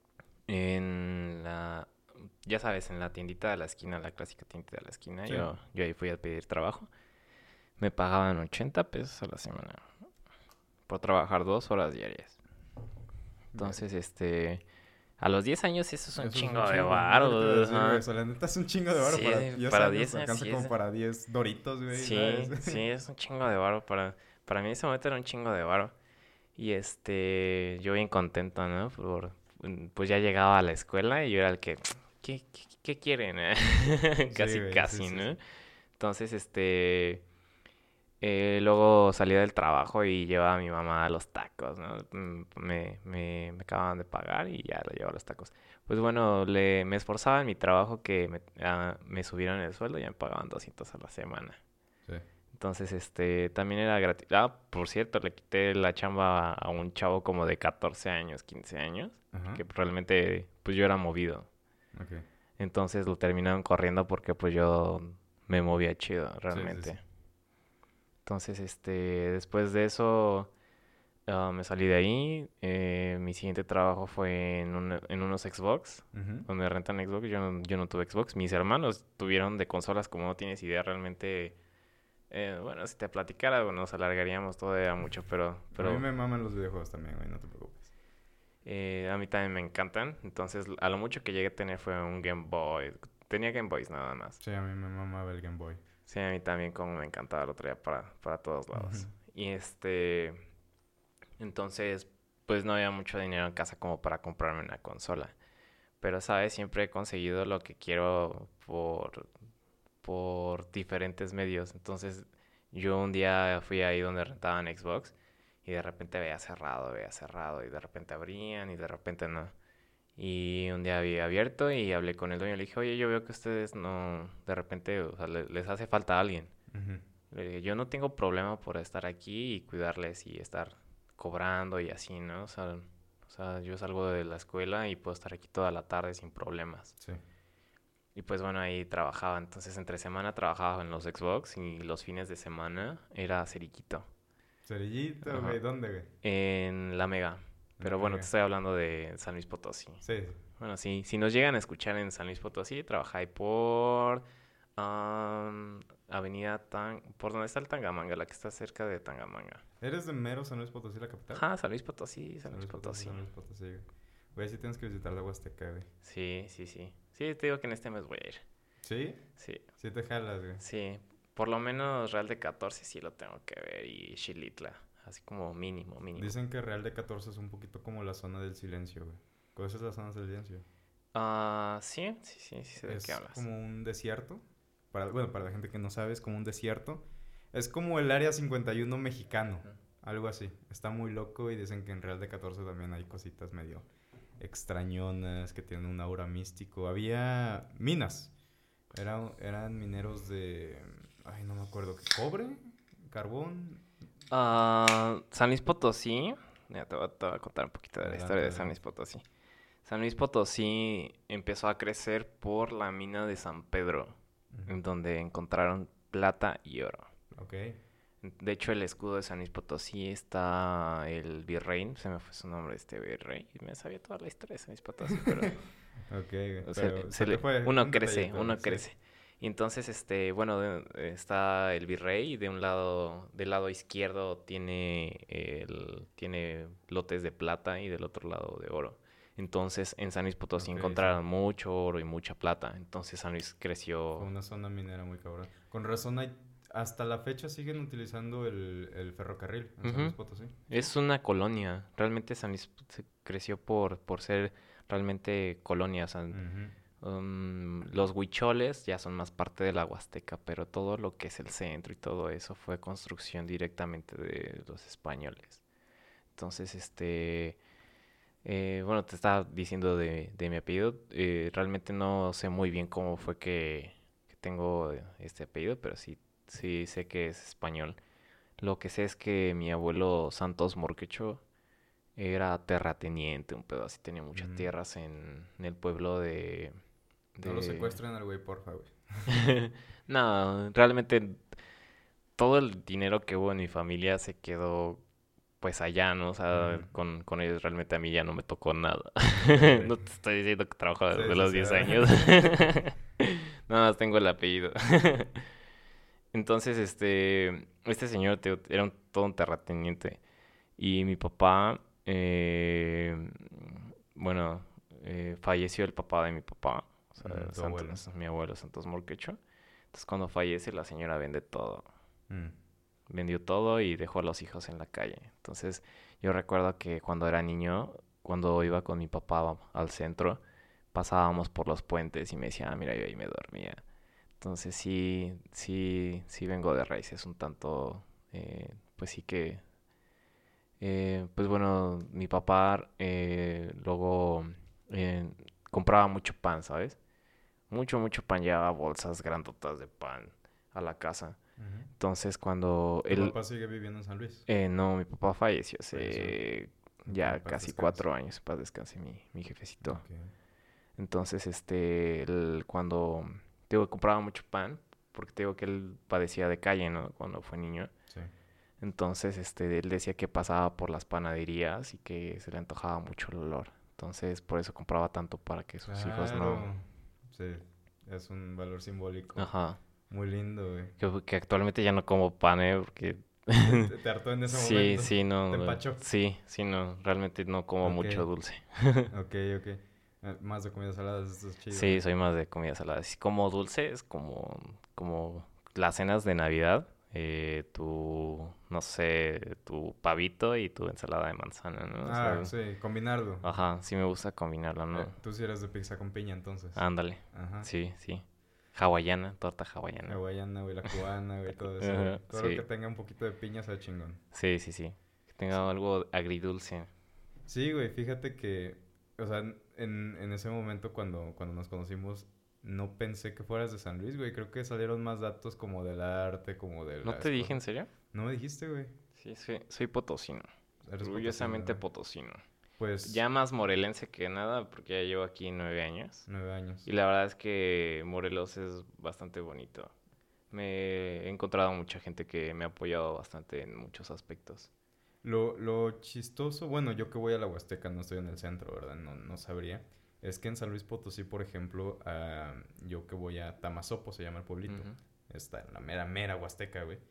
En la, ya sabes, en la tiendita de la esquina, la clásica tiendita de la esquina, Sí. yo, yo ahí fui a pedir trabajo. Me pagaban ochenta pesos a la semana por trabajar dos horas diarias. Verga. Entonces, este, a los diez años eso es un Eso es chingo un de chingo. Es lo que te iba a varo, decir, güey. O ajá. sea, la neta es un chingo de varo Sí, para diez para años. diez Te años alcanza sí como es. para diez doritos, güey, Sí, ¿sabes? sí, es un chingo de varo para, para mí en ese momento era un chingo de varo. Y este, yo bien contento, ¿no? Por, mm, pues ya llegaba a la escuela y yo era el que, ¿qué, qué, qué quieren? Sí, Casi, güey. Sí, casi, sí, sí. ¿no? Entonces, este, eh, luego salía del trabajo y llevaba a mi mamá a los tacos, ¿no? Mm, Me, me, me acababan de pagar y ya la llevaba a los tacos. Pues bueno, le, me esforzaba en mi trabajo que me, ah, me subieron el sueldo y ya me pagaban doscientos a la semana. Sí. Entonces, este, también era gratis. Ah, por cierto, le quité la chamba a un chavo como de catorce años, quince años, Ajá. que realmente, pues yo era movido. Ok. Entonces lo terminaron corriendo porque pues yo me movía chido, Sí, sí, sí. realmente. Entonces, este, después de eso, ah, me salí de ahí. Eh, mi siguiente trabajo fue en, un- en unos Xbox, Ujú. donde rentan Xbox. Yo no, yo no tuve Xbox. Mis hermanos tuvieron de consolas, como no tienes idea, realmente. Eh, bueno, si te platicara, bueno, nos alargaríamos todavía mucho, pero, A mí pero me maman los videojuegos también, güey. No te preocupes. eh, a mí también me encantan. Entonces, a lo mucho que llegué a tener fue un Game Boy. Tenía Game Boys nada más. Sí, a mí me mamaba el Game Boy. Sí, a mí también como me encantaba, lo traía para, para todos Ujú. lados. Y este, entonces, pues no había mucho dinero en casa como para comprarme una consola. Pero, ¿sabes? Siempre he conseguido lo que quiero por, por diferentes medios. Entonces, Yo un día fui ahí donde rentaban Xbox y de repente veía cerrado, veía cerrado y de repente abrían y de repente no. Y un día había abierto y hablé con el dueño. Le dije, oye, yo veo que ustedes no, de repente, o sea, le- les hace falta alguien. Ujú. Le dije, yo no tengo problema por estar aquí y cuidarles y estar cobrando y así, ¿no? O sea, o sea, yo salgo de la escuela y puedo estar aquí toda la tarde sin problemas. Sí. Y pues bueno, ahí trabajaba. Entonces entre semana trabajaba en los Xbox y los fines de semana era Ceriquito. Cerillito, Ajá. güey, ¿dónde, güey? En La Mega. En la Pero bueno, te mega. estoy hablando de San Luis Potosí. Sí. Bueno, sí, si nos llegan a escuchar en San Luis Potosí, trabajáis por am, Avenida Tan... ¿Por dónde está el Tangamanga? La que está cerca de Tangamanga. ¿Eres de mero San Luis Potosí, la capital? Ajá, San Luis Potosí, San San Luis Luis Potosí, Potosí. San Luis Potosí, güey. Güey, sí tienes que visitar la Huasteca, güey. Sí, sí, sí. Sí, te digo que en este mes voy a ir. ¿Sí? Sí, Sí te jalas, güey. sí. Por lo menos Real de catorce sí lo tengo que ver y Xilitla. Así como mínimo, mínimo. Dicen que Real de catorce es un poquito como la zona del silencio, güey. ¿Conoces la zona del silencio? Ah, sí, sí, sí, sí sé de qué Es hablas. como un desierto. Para, bueno, para la gente que no sabe, es como un desierto. Es como el área cincuenta y uno mexicano. Ujú. Algo así. Está muy loco y dicen que en Real de catorce también hay cositas medio extrañonas que tienen un aura místico. Había minas. Era- eran mineros de... Ay, no me acuerdo. ¿Cobre? ¿Carbón? Ah, San Luis Potosí. Ya te voy, a, te voy a contar un poquito de la Adelante, historia de San Luis adelante. Potosí. San Luis Potosí empezó a crecer por la mina de San Pedro, Ujú. en donde encontraron plata y oro. Ok. De hecho, el escudo de San Luis Potosí está el virrey, se me fue su nombre, este virrey. Y me sabía toda la historia de San Luis Potosí, pero Ok, güey. o sea, Pero se se te le- fue uno un crece, detallito, güey. uno Sí. crece. Y entonces, este, bueno, de- está el virrey y de un lado, del lado izquierdo tiene el, tiene lotes de plata y del otro lado de oro. Entonces, en San Luis Potosí Ok, sí. encontraron mucho oro y mucha plata. Entonces, San Luis Fue creció. una zona minera muy cabrón. Con razón hay... Hasta la fecha siguen utilizando el, el ferrocarril en San Luis Ujú. Potosí. ¿Sí? Es una colonia. Realmente San Luis se creció por, por ser realmente colonia. O sea, Ujú. Um, los huicholes ya son más parte de la Huasteca, pero todo lo que es el centro y todo eso fue construcción directamente de los españoles. Entonces, este, eh, bueno, te estaba diciendo de, de mi apellido. Eh, realmente no sé muy bien cómo fue que, que tengo este apellido, pero sí, sí sé que es español. Lo que sé es que mi abuelo Santos Morquecho era terrateniente, un pedo así, tenía muchas Mm. tierras en, en el pueblo de, No lo de secuestren al güey, porfa, güey. No, realmente todo el dinero que hubo en mi familia se quedó pues allá, ¿no? O sea, Ujú. con, con ellos realmente a mí ya no me tocó nada. Ok. No te estoy diciendo que trabajo Sí, desde sí, los sí. diez años. Nada más tengo el apellido. Entonces, este, este señor te- era un, todo un terrateniente. Y mi papá, eh, bueno, eh, falleció el papá de mi papá, o sea, Ujú, tu abuelo. Santos, mi abuelo Santos Morquecho. Entonces, cuando fallece, la señora vende todo. Mm. Vendió todo y dejó a los hijos en la calle. Entonces, yo recuerdo que cuando era niño, cuando iba con mi papá al centro, pasábamos por los puentes y me decía, ah, mira, yo ahí me dormía. Entonces, sí, sí, sí vengo de raíces un tanto, eh, pues sí que eh, pues bueno, mi papá eh, luego eh, compraba mucho pan, ¿sabes? Mucho, mucho pan, llevaba bolsas grandotas de pan a la casa. Ujú. Entonces cuando ¿Tu él... papá sigue viviendo en San Luis? eh, no, mi papá falleció Falleció. hace Que en ya paz casi descanse. cuatro años, para descanse mi, mi jefecito. Ok. Entonces, este, él, cuando, te digo, compraba mucho pan, porque te digo que él padecía de calle, ¿no? Cuando fue niño. Sí. Entonces, este, él decía que pasaba por las panaderías y que se le antojaba mucho el olor. Entonces, por eso compraba tanto para que sus hijos no... Claro. Sí. Es un valor simbólico. Ajá. Muy lindo, güey. Que, que actualmente ya no como pan, ¿eh? Porque... Te, te- te hartó en ese Sí, momento. sí, Te no. eh, empachó. Sí, sí, no. Realmente no como Ok. mucho dulce. Ok, ok. Eh, Más de comidas saladas, esto es chido, Sí, güey. soy más de comida salada. Si como dulces, como, como las cenas de Navidad, eh, tu, no sé, tu pavito y tu ensalada de manzana, ¿no? O Ah, sea, sí, combinarlo. ajá, sí me gusta combinarlo, Eh, ¿no? tú sí eres de pizza con piña, entonces. Ándale, Ajá. sí, sí. Hawaiana, torta hawaiana. Hawaiana, güey, la cubana, güey, todo eso, güey. Ajá, Todo lo sí, que tenga un poquito de piña sea chingón. sí, sí, sí. Que Sí, tenga algo agridulce. sí, güey, fíjate que, o sea, en, en ese momento cuando, cuando nos conocimos, no pensé que fueras de San Luis, güey. Creo que salieron más datos como del arte, como de ¿No te las dije en cosas. serio? No me dijiste, güey. Sí, soy, soy potosino. Eres potosino, Orgullosamente güey. potosino. Pues, Ya más morelense que nada, porque ya llevo aquí nueve años. nueve años. Y la verdad es que Morelos es bastante bonito. Me he encontrado mucha gente que me ha apoyado bastante en muchos aspectos. Lo, lo chistoso, bueno, yo que voy a la Huasteca, no estoy en el centro, ¿verdad? No, no sabría. Es que en San Luis Potosí, por ejemplo, ah, yo que voy a Tamazopo, se llama el pueblito. Ujú. Está en la mera, mera Huasteca, güey.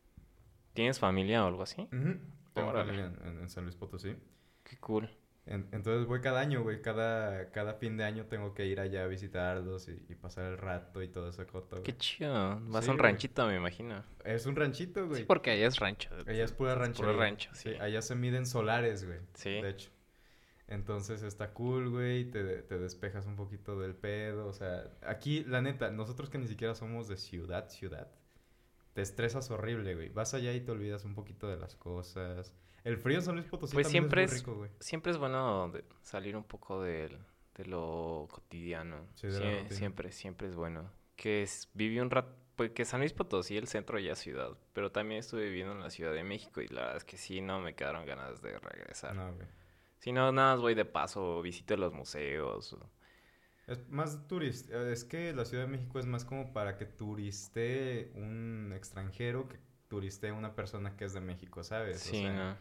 ¿Tienes familia o algo así? Ujú. Tengo Órale, familia en, en- en San Luis Potosí. qué cool. En- entonces voy cada año, güey. Cada, cada fin de año tengo que ir allá a visitarlos y, y pasar el rato y todo ese coto, güey. Qué chido. Vas a Sí, un güey. ranchito, me imagino. Es un ranchito, Sí, güey. porque allá es rancho. Allá es pura Es puro ranchería. rancho, Sí, sí. allá se miden solares, güey. Sí. De hecho. Entonces está cool, güey. Te, te despejas un poquito del pedo. O sea, aquí, la neta, nosotros que ni siquiera somos de ciudad, ciudad, te estresas horrible, güey. Vas allá y te olvidas un poquito de las cosas. El frío en San Luis Potosí Pues también es siempre muy es, rico, güey. siempre es bueno de- salir un poco del- de lo cotidiano. Sí, de la Sie- rutina. siempre, siempre es bueno. Que es, viví un rato, pues que San Luis Potosí, el centro ya es ciudad, pero también estuve viviendo en la Ciudad de México y la verdad es que sí, no me quedaron ganas de regresar. No, güey. Si no, nada más voy de paso, visito los museos. o- Es más turista. Es que la Ciudad de México es más como para que turiste un extranjero que turiste una persona que es de México, ¿sabes? O Sí, sea, no.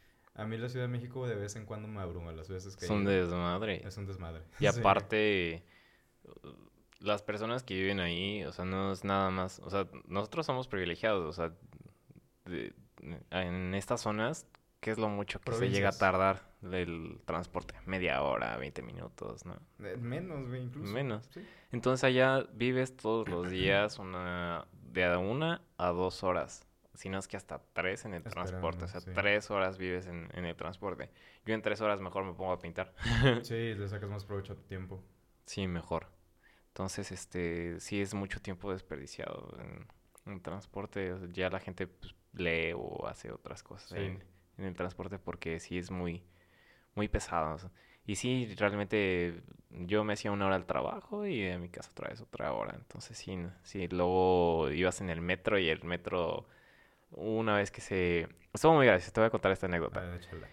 a mí la Ciudad de México de vez en cuando me abruma las veces que Es he un ido. desmadre. Es un desmadre. Y Sí, güey. aparte, uh, las personas que viven ahí, o sea, no es nada más, o sea, nosotros somos privilegiados, o sea, de- en estas zonas, ¿qué es lo mucho que se llega a Provincias. tardar el transporte? Media hora, veinte minutos, ¿no? Eh, Menos, güey, incluso. Menos. Sí. Entonces allá vives todos los días una, de a una a dos horas, si no es que hasta tres en el transporte, o Esperando, sea, sí. tres horas vives en, en el transporte. Yo en tres horas mejor me pongo a pintar. Sí, le sacas más provecho a tu tiempo. Sí, mejor. Entonces, este, sí es mucho tiempo desperdiciado en, en transporte. O sea, ya la gente pues, lee o hace otras cosas Sí. en, en el transporte porque sí es muy, muy pesado. O sea, y sí, realmente yo me hacía una hora al trabajo y de mi casa otra vez otra hora. Entonces, sí, no- sí, luego ibas en el metro y el metro, una vez que se... Estuvo muy gracioso, te voy a contar esta anécdota. Ah, échala.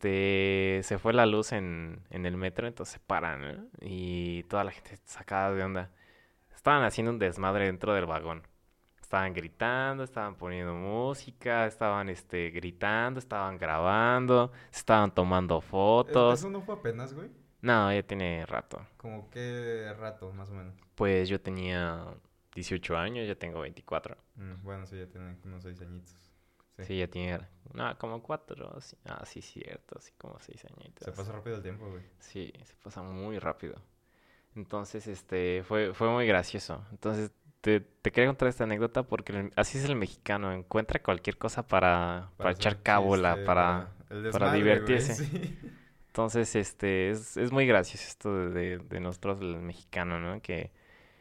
Este, se fue la luz en, en el metro, entonces paran, ¿no? Y toda la gente sacada de onda. Estaban haciendo un desmadre dentro del vagón. Estaban gritando, estaban poniendo música, estaban este, gritando, estaban grabando, se estaban tomando Es- fotos. ¿Eso no fue apenas, güey? No, ya tiene rato. Como qué rato, más o menos. Pues yo tenía dieciocho años, ya tengo veinticuatro. Mm, bueno, sí, ya tienen unos seis añitos. Sí. Sí, ya tiene, no, como cuatro. Sí. Ah, sí, cierto, así como seis añitos. Se pasa rápido el tiempo, güey. Sí, se pasa muy rápido. Entonces, este, fue, fue muy gracioso. Entonces, te, te quería contar esta anécdota porque el- así es el mexicano. Encuentra cualquier cosa para, para, hacer echar cábula, chiste, para, el para desmadre, güey, divertirse. sí. Entonces, este, es, es muy gracioso esto de, de, de nosotros, el mexicano, ¿no? Que,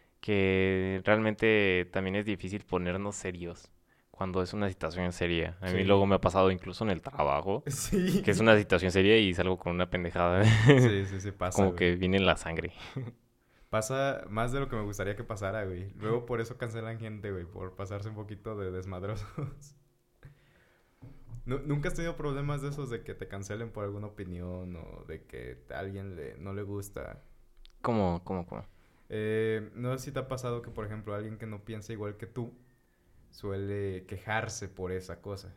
que realmente también es difícil ponernos serios cuando es una situación seria. A mí Sí. luego me ha pasado incluso en el trabajo, Sí. que es una situación seria y salgo con una pendejada. Sí, sí, sí, pasa, Como güey. que viene en la sangre. Pasa más de lo que me gustaría que pasara, güey. Luego por eso cancelan gente, güey, por pasarse un poquito de desmadrosos. Nu- ¿Nunca has tenido problemas de esos de que te cancelen por alguna opinión o de que a alguien le, no le gusta? ¿Cómo, cómo, cómo? Eh, no sé si te ha pasado que, por ejemplo, alguien que no piensa igual que tú suele quejarse por esa cosa.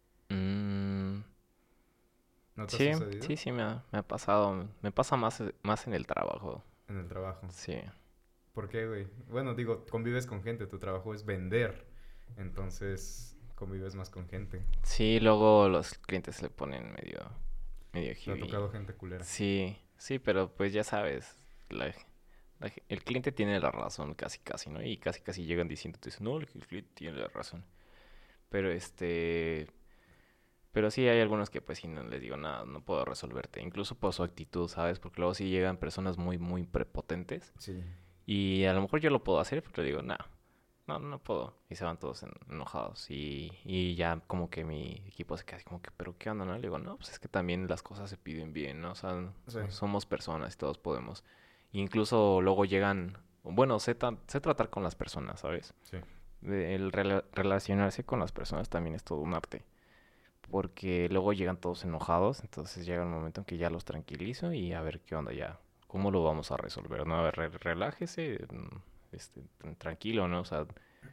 Mm, ¿No te ha sí, sucedido? sí, sí, me ha, me ha pasado. Me pasa más, más en el trabajo. En el trabajo. Sí. ¿Por qué, güey? Bueno, digo, convives con gente, tu trabajo es vender. Entonces, convives más con gente. Sí, luego los clientes se le ponen medio, medio Te ha heavy. tocado gente culera. Sí, sí, pero pues ya sabes, la- la ge- el cliente tiene la razón casi casi, ¿no? Y casi casi llegan diciéndote, no, el cliente tiene la razón. Pero este, pero sí hay algunos que pues sí no les digo nada, no puedo resolverte, incluso por su actitud, ¿sabes? Porque luego sí llegan personas muy, muy prepotentes Sí. Y a lo mejor yo lo puedo hacer, pero digo, no, no, no puedo. Y se van todos en- enojados. Y, y ya como que mi equipo se queda así como que, pero ¿qué onda, no? Le digo, no, pues es que también las cosas se piden bien, ¿no? O sea, Sí, so- somos personas y todos podemos. Incluso luego llegan, bueno, sé, ta- sé tratar con las personas, ¿sabes? sí. De- El rela- relacionarse con las personas también es todo un arte. Porque luego llegan todos enojados, entonces llega un momento en que ya los tranquilizo y a ver qué onda ya, cómo lo vamos a resolver, ¿no? A ver, re- relájese, mm, este, tran- tranquilo, ¿no? O sea,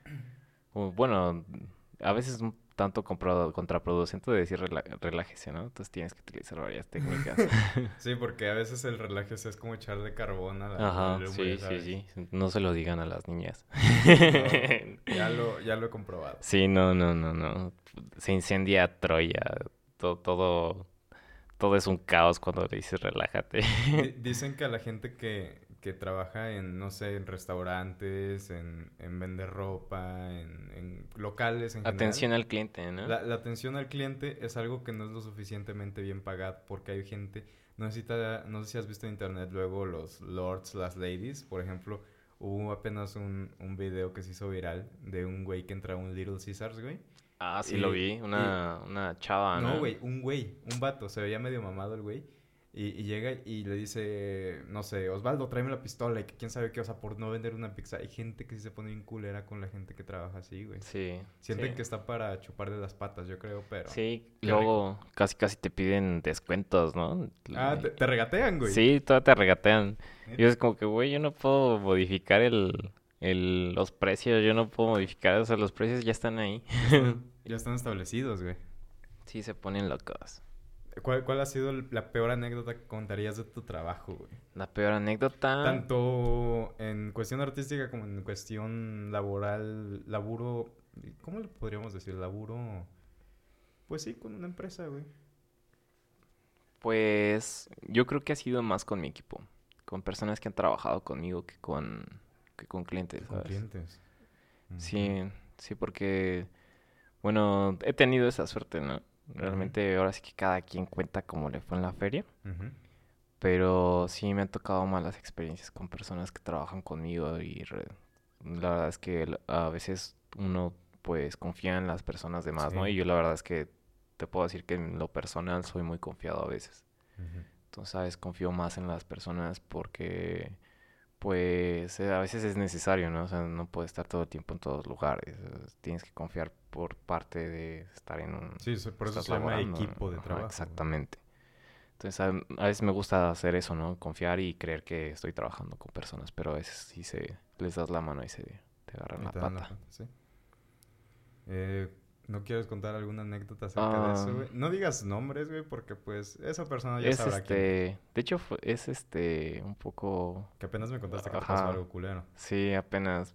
o, bueno, a veces es un tanto compro- contraproducente decir rela- relájese, ¿no? Entonces tienes que utilizar varias técnicas. Sí, porque a veces el relájese es como echarle carbón a la, a la Ajá, lumbre, sí, sí, ¿sabes? sí. No se lo digan a las niñas. No, ya lo, ya lo he comprobado. Sí, no, no, no, no. Se incendia Troya. Todo, todo, todo es un caos cuando le dices relájate. Di- dicen que a la gente que, que trabaja en, no sé, en restaurantes, en, en vender ropa, en, en locales en general, Atención al cliente, ¿no? la, la atención al cliente es algo que no es lo suficientemente bien pagado porque hay gente, no necesita, no sé si has visto en internet luego los lords, las ladies, por ejemplo, hubo apenas un, un video que se hizo viral de un güey que entra a un Little Caesars, güey, Ah, sí lo y, vi. y Una, una chava, no, ¿no? güey, un güey, un vato, se veía medio mamado el güey. Y, y llega y le dice, no sé, Osvaldo, tráeme la pistola y que quién sabe qué, o sea, por no vender una pizza. Hay gente que sí se pone bien culera con la gente que trabaja así, güey. Sí, sí. Sienten que está para chuparle las patas, yo creo, pero Sí, qué rico. luego casi casi te piden descuentos, ¿no? Ah, te, Le- te regatean, güey. Sí, todavía te regatean. Y Neta. es como que, güey, yo no puedo modificar el, el, los precios, yo no puedo modificar, o sea, los precios ya están ahí. Ya están, ya están establecidos, güey. Sí, se ponen locos. ¿Cuál, cuál ha sido el- la peor anécdota que contarías de tu trabajo, güey? La peor anécdota, Tanto en cuestión artística como en cuestión laboral, laburo, ¿cómo le podríamos decir? Laburo, pues sí, con una empresa, güey. pues yo creo que ha sido más con mi equipo, con personas que han trabajado conmigo que con, que con clientes, Que con ¿sabes? clientes. Ujú, Sí, sí, porque, bueno, he tenido esa suerte, ¿no? ujú, Realmente ahora sí que cada quien cuenta cómo le fue en la feria, ujú. pero sí me han tocado malas experiencias con personas que trabajan conmigo y re- la verdad es que l- a veces uno pues confía en las personas de más, ¿no? Sí. Y yo la verdad es que te puedo decir que en lo personal soy muy confiado a veces. Ujú. Entonces, ¿sabes? Confío más en las personas porque pues eh, a veces es necesario, ¿no? O sea, no puedes estar todo el tiempo en todos lugares. eh, Tienes que confiar por parte de estar en un... Sí, so- por eso Estás se llama laborando. equipo de Ajá, trabajo, güey. exactamente. Entonces, a, a veces me gusta hacer eso, ¿no? Confiar y creer que estoy trabajando con personas, pero a veces sí se les das la mano y se te agarran Y la te dan la pata. pata, sí. Eh, ¿no quieres contar alguna anécdota acerca de eso, Ah, güey? No digas nombres, güey, porque pues esa persona ya es sabrá quién es. este, de hecho fue- es este un poco, Que apenas me contaste que te pasó ajá, algo culero. sí, apenas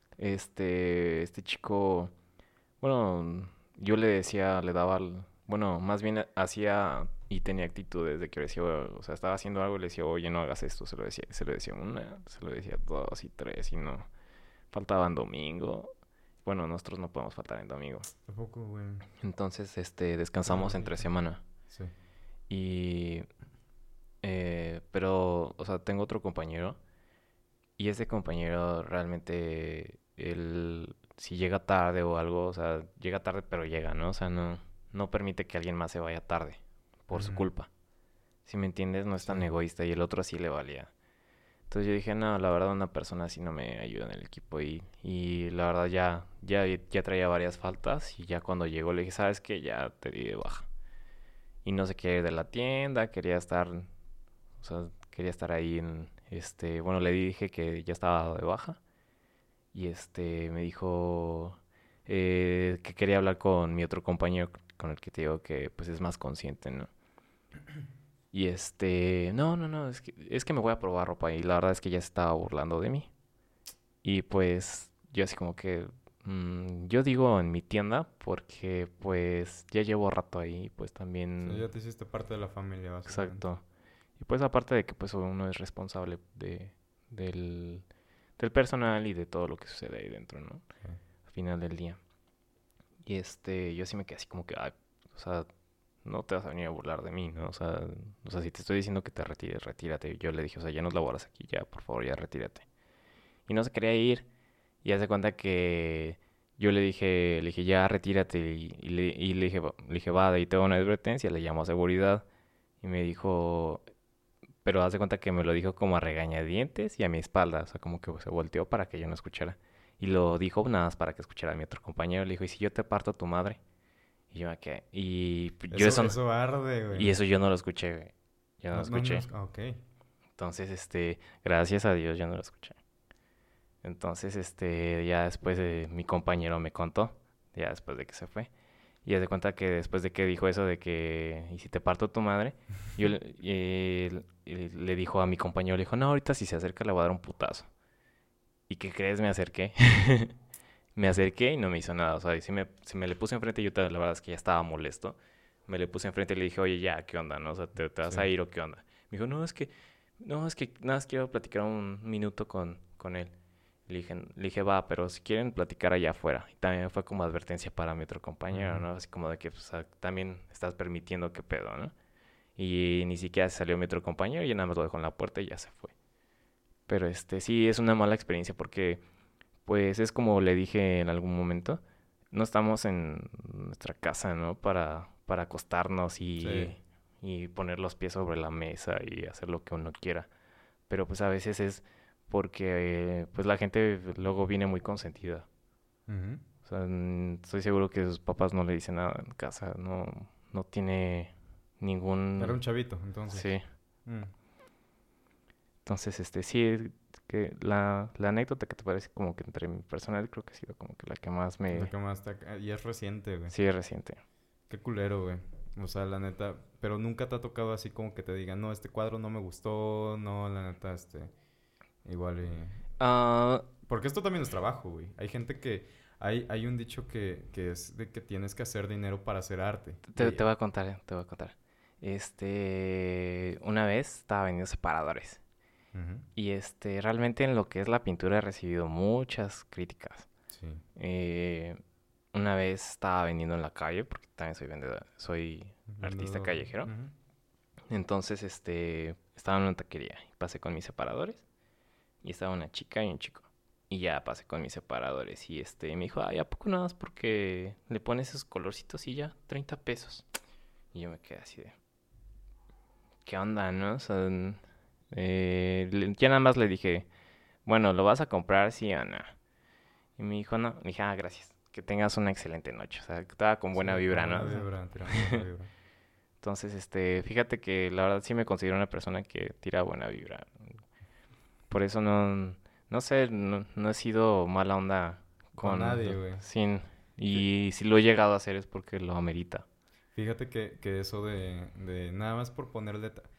este este chico. Bueno, yo le decía, le daba, el- bueno, más bien hacía y tenía actitudes de que le decía, o sea, estaba haciendo algo y le decía, oye, no hagas esto, se lo decía, se lo decía una, se lo decía dos y tres y no, faltaban domingo. Bueno, nosotros no podemos faltar en domingo. Tampoco, güey. Entonces, este, Qué descansamos entre flojito. semana. Sí. Y, eh, pero, o sea, tengo otro compañero y ese compañero realmente, él, si llega tarde o algo, o sea, llega tarde pero llega, ¿no? O sea, no, no permite que alguien más se vaya tarde por su Ujú. culpa. Si me entiendes, no es Sí. tan egoísta y el otro sí le valía. Entonces yo dije, no, la verdad una persona así no me ayuda en el equipo y, y la verdad ya, ya, ya traía varias faltas y ya cuando llegó le dije, ¿sabes qué? Ya te di de baja. Y no se quería ir de la tienda, quería estar, o sea, quería estar ahí en, este, bueno, le dije que ya estaba dado de baja y este me dijo eh, que quería hablar con mi otro compañero con el que te digo que pues es más consciente, ¿no? Y este, no, no, no, es que, es que me voy a probar ropa y la verdad es que ya se estaba burlando de mí. Y pues yo así como que, mm, yo digo en mi tienda porque pues ya llevo rato ahí, pues Sí, también, ya te hiciste parte de la familia, básicamente. exacto. Y pues aparte de que pues uno es responsable de, del, del personal y de todo lo que sucede ahí dentro, ¿no? Sí. Al final del día. Y este, yo sí me quedé así como que, ay, o sea, no te vas a venir a burlar de mí, ¿no? O sea, o sea, si te estoy diciendo que te retires, retírate. Yo le dije, o sea, ya no laboras aquí, ya, por favor, ya retírate. Y no se quería ir. Y hace cuenta que yo le dije, le dije, ya retírate. Y, y le, y le dije, "Va- le dije, va, de ahí tengo una advertencia, le llamo a seguridad. Y me dijo, pero hace cuenta que me lo dijo como a regañadientes y a mi espalda. O sea, como que se volteó para que yo no escuchara. Y lo dijo nada más para que escuchara a mi otro compañero. Le dijo, ¿y si yo te parto a tu madre? Y yo me quedé. Y p- yo Eso, eso, no- eso arde, y güey. eso yo no lo escuché, güey. Yo no lo No, no, no. escuché. Ah, ok. Entonces, este, gracias a Dios yo no lo escuché. Entonces, este, ya después de mi compañero me contó, ya después de que se fue. Y haz de cuenta que después de que dijo eso de que, ¿y si te parto tu madre? Yo le, eh, le- le dijo a mi compañero, le dijo, no, ahorita si se acerca le voy a dar un putazo. ¿Y qué crees? Me acerqué. Me acerqué y no me hizo nada. O sea, y si me, si me le puse enfrente, yo ta- la verdad es que ya estaba molesto. Me le puse enfrente y le dije, oye, ya, ¿qué onda? ¿No? O sea, ¿te, te vas Sí. a ir o qué onda? Me dijo, no, es que, no, es que nada más quiero platicar un minuto con, con él. Le dije, le dije, va, pero si quieren platicar allá afuera. Y también fue como advertencia para mi otro compañero, Ujú. ¿no? Así como de que pues, ah, también estás permitiendo que pedo, ¿no? Y ni siquiera salió mi otro compañero y nada más lo dejó en la puerta y ya se fue. Pero este sí es una mala experiencia porque pues es como le dije en algún momento, no estamos en nuestra casa, ¿no? Para, para acostarnos Sí. y, y poner los pies sobre la mesa y hacer lo que uno quiera. Pero pues a veces es porque eh, pues la gente luego viene muy consentida. Ujú. O sea, mm, estoy seguro que sus papás no le dicen nada en casa, no, no tiene Era ningún... un chavito, entonces. Sí. Mm. Entonces, este, sí, que la, la anécdota que te parece como que entre mi personal creo que ha sido como que la que más Lo me... que más está... Y es reciente, güey. Sí, es reciente. Qué culero, güey. O sea, la neta... Pero nunca te ha tocado así como que te digan, no, este cuadro no me gustó, no, la neta, este... Igual y... Ah, Porque esto también es trabajo, güey. Hay gente que... Hay, hay un dicho que, que es de que tienes que hacer dinero para hacer arte. te, Y... te voy a contar, eh, te voy a contar. Este, una vez estaba vendiendo separadores. Ujú. Y este, realmente en lo que es la pintura he recibido muchas críticas. Sí. Eh, una vez estaba vendiendo en la calle, porque también soy vendedor, soy artista Vendedor. callejero. Ujú. Entonces, este, estaba en una taquería y pasé con mis separadores. Y estaba una chica y un chico. Y ya pasé con mis separadores. Y este, me dijo, ay, ¿a poco nada más porque le pones esos colorcitos y ya, treinta pesos? Y yo me quedé así de, ¿qué onda, no? O sea, n- eh, le- ya nada más le dije, bueno, ¿lo vas a comprar, sí o no? Y me dijo, no. Le dije, ah, gracias. Que tengas una excelente noche. O sea, que estaba con Sí, buena con vibra, ¿no? buena O sea, vibra, tirando buena vibra. entonces, este, fíjate que la verdad sí me considero una persona que tira buena vibra. Por eso no, no sé, no, no he sido mala onda Con con, nadie, güey. sin, Fí- y si lo he llegado a hacer es porque lo amerita. Fíjate que, que eso de, de nada más por ponerle... ta-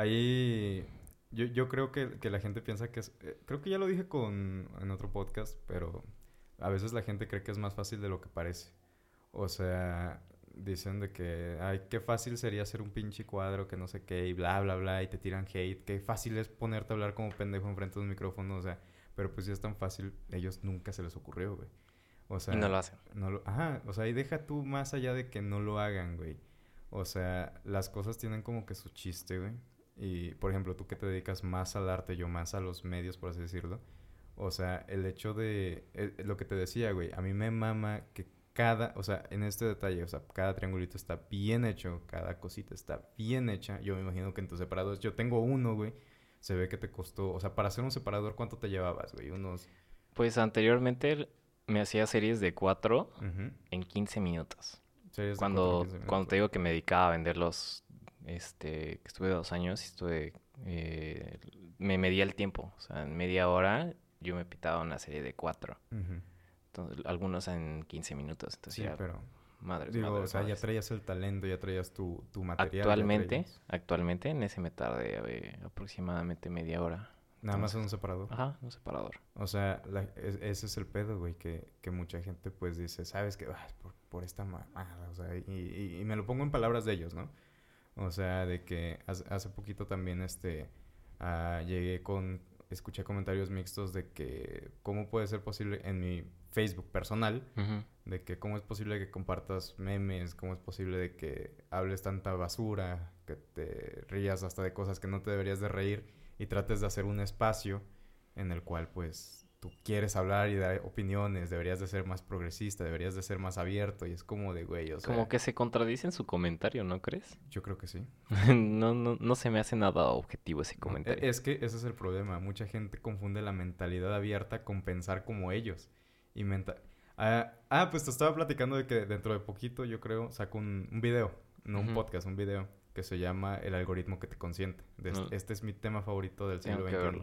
Ahí yo, yo creo que, que la gente piensa que es... eh, creo que ya lo dije con, en otro podcast, pero a veces la gente cree que es más fácil de lo que parece. O sea, dicen de que, ay, qué fácil sería hacer un pinche cuadro que no sé qué y bla, bla, bla, y te tiran hate. Qué fácil es ponerte a hablar como pendejo enfrente de un micrófono, o sea, pero pues si es tan fácil, ellos nunca se les ocurrió, güey. O Y no sea, lo hacen. no lo... Ajá, o sea, y deja tú más allá de que no lo hagan, güey. O sea, las cosas tienen como que su chiste, güey. Y, por ejemplo, tú que te dedicas más al arte, yo más a los medios, por así decirlo. O sea, el hecho de... eh, lo que te decía, güey. A mí me mama que cada... O sea, en este detalle, o sea, cada triangulito está bien hecho. Cada cosita está bien hecha. Yo me imagino que en tus separadores... Yo tengo uno, güey. Se ve que te costó... O sea, para hacer un separador, ¿cuánto te llevabas, güey? Unos... Pues anteriormente me hacía series de cuatro Ujú. en quince minutos. Series de cuatro en Cuando, quince cuando te minutos. digo que me dedicaba a venderlos, este, que estuve dos años y estuve, eh, me medía el tiempo. O sea, en media hora yo me pitaba una serie de cuatro. Ujú. Entonces, algunos en quince minutos. Entonces Sí, ya, pero... madres, Digo, o madres, sea, ya madres. traías el talento, ya traías tu, tu material, ya Actualmente, traías... actualmente en ese me tardé eh, aproximadamente media hora. Nada más en Entonces, un separador. ajá, un separador. O sea, la- es- ese es el pedo, güey, que, que mucha gente pues dice, ¿sabes qué? Ah, por, por esta mamada, o sea, y, y, y me lo pongo en palabras de ellos, ¿no? O sea, de que hace, hace poquito también, este, ah, llegué con, escuché comentarios mixtos de que cómo puede ser posible en mi Facebook personal, Ujú. de que cómo es posible que compartas memes, cómo es posible de que hables tanta basura, que te rías hasta de cosas que no te deberías de reír y trates de hacer un espacio en el cual pues tú quieres hablar y dar opiniones, deberías de ser más progresista, deberías de ser más abierto, y es como de, güey, o Como sea, que se contradice en su comentario, ¿no crees? yo creo que sí. No, no, no se me hace nada objetivo ese No, e- comentario. es que ese es el problema, mucha gente confunde la mentalidad abierta con pensar como ellos. Y menta- ah, ah, pues te estaba platicando de que dentro de poquito, yo creo, saco un, un video, no un Ujú. podcast, un video, que se llama El algoritmo que te consiente. De No, este, este es mi tema favorito del tengo siglo que veintiuno. verlo.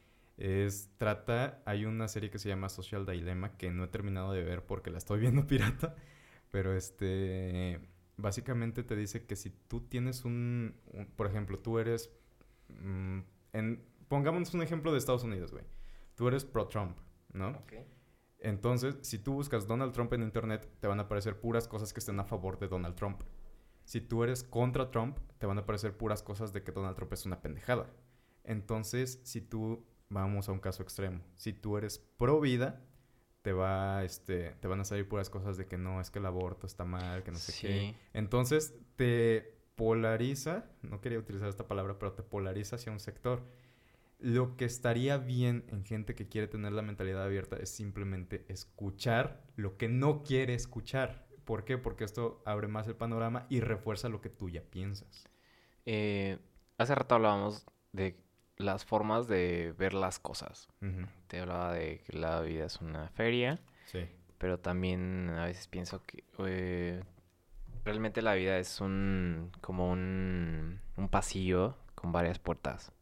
Es, trata, hay una serie que se llama Social Dilemma que no he terminado de ver porque la estoy viendo pirata, pero este, básicamente te dice que si tú tienes un, un- por ejemplo, tú eres, mm, en, pongamos un ejemplo de Estados Unidos, güey, tú eres pro-Trump, ¿no? Ok. Entonces, si tú buscas Donald Trump en internet, te van a aparecer puras cosas que estén a favor de Donald Trump. Si tú eres contra Trump, te van a aparecer puras cosas de que Donald Trump es una pendejada. Entonces, si tú, vamos a un caso extremo, si tú eres pro vida, te va, este, te van a salir puras cosas de que no, es que el aborto está mal, que no sé qué. Sí, Entonces, te polariza, no quería utilizar esta palabra, pero te polariza hacia un sector. Lo que estaría bien en gente que quiere tener la mentalidad abierta es simplemente escuchar lo que no quiere escuchar. ¿Por qué? Porque esto abre más el panorama y refuerza lo que tú ya piensas. eh, hace rato hablábamos de las formas de ver las cosas. Ujú. Te hablaba de que la vida es una feria, Sí. pero también a veces pienso que eh, realmente la vida es un como un, un pasillo con varias puertas.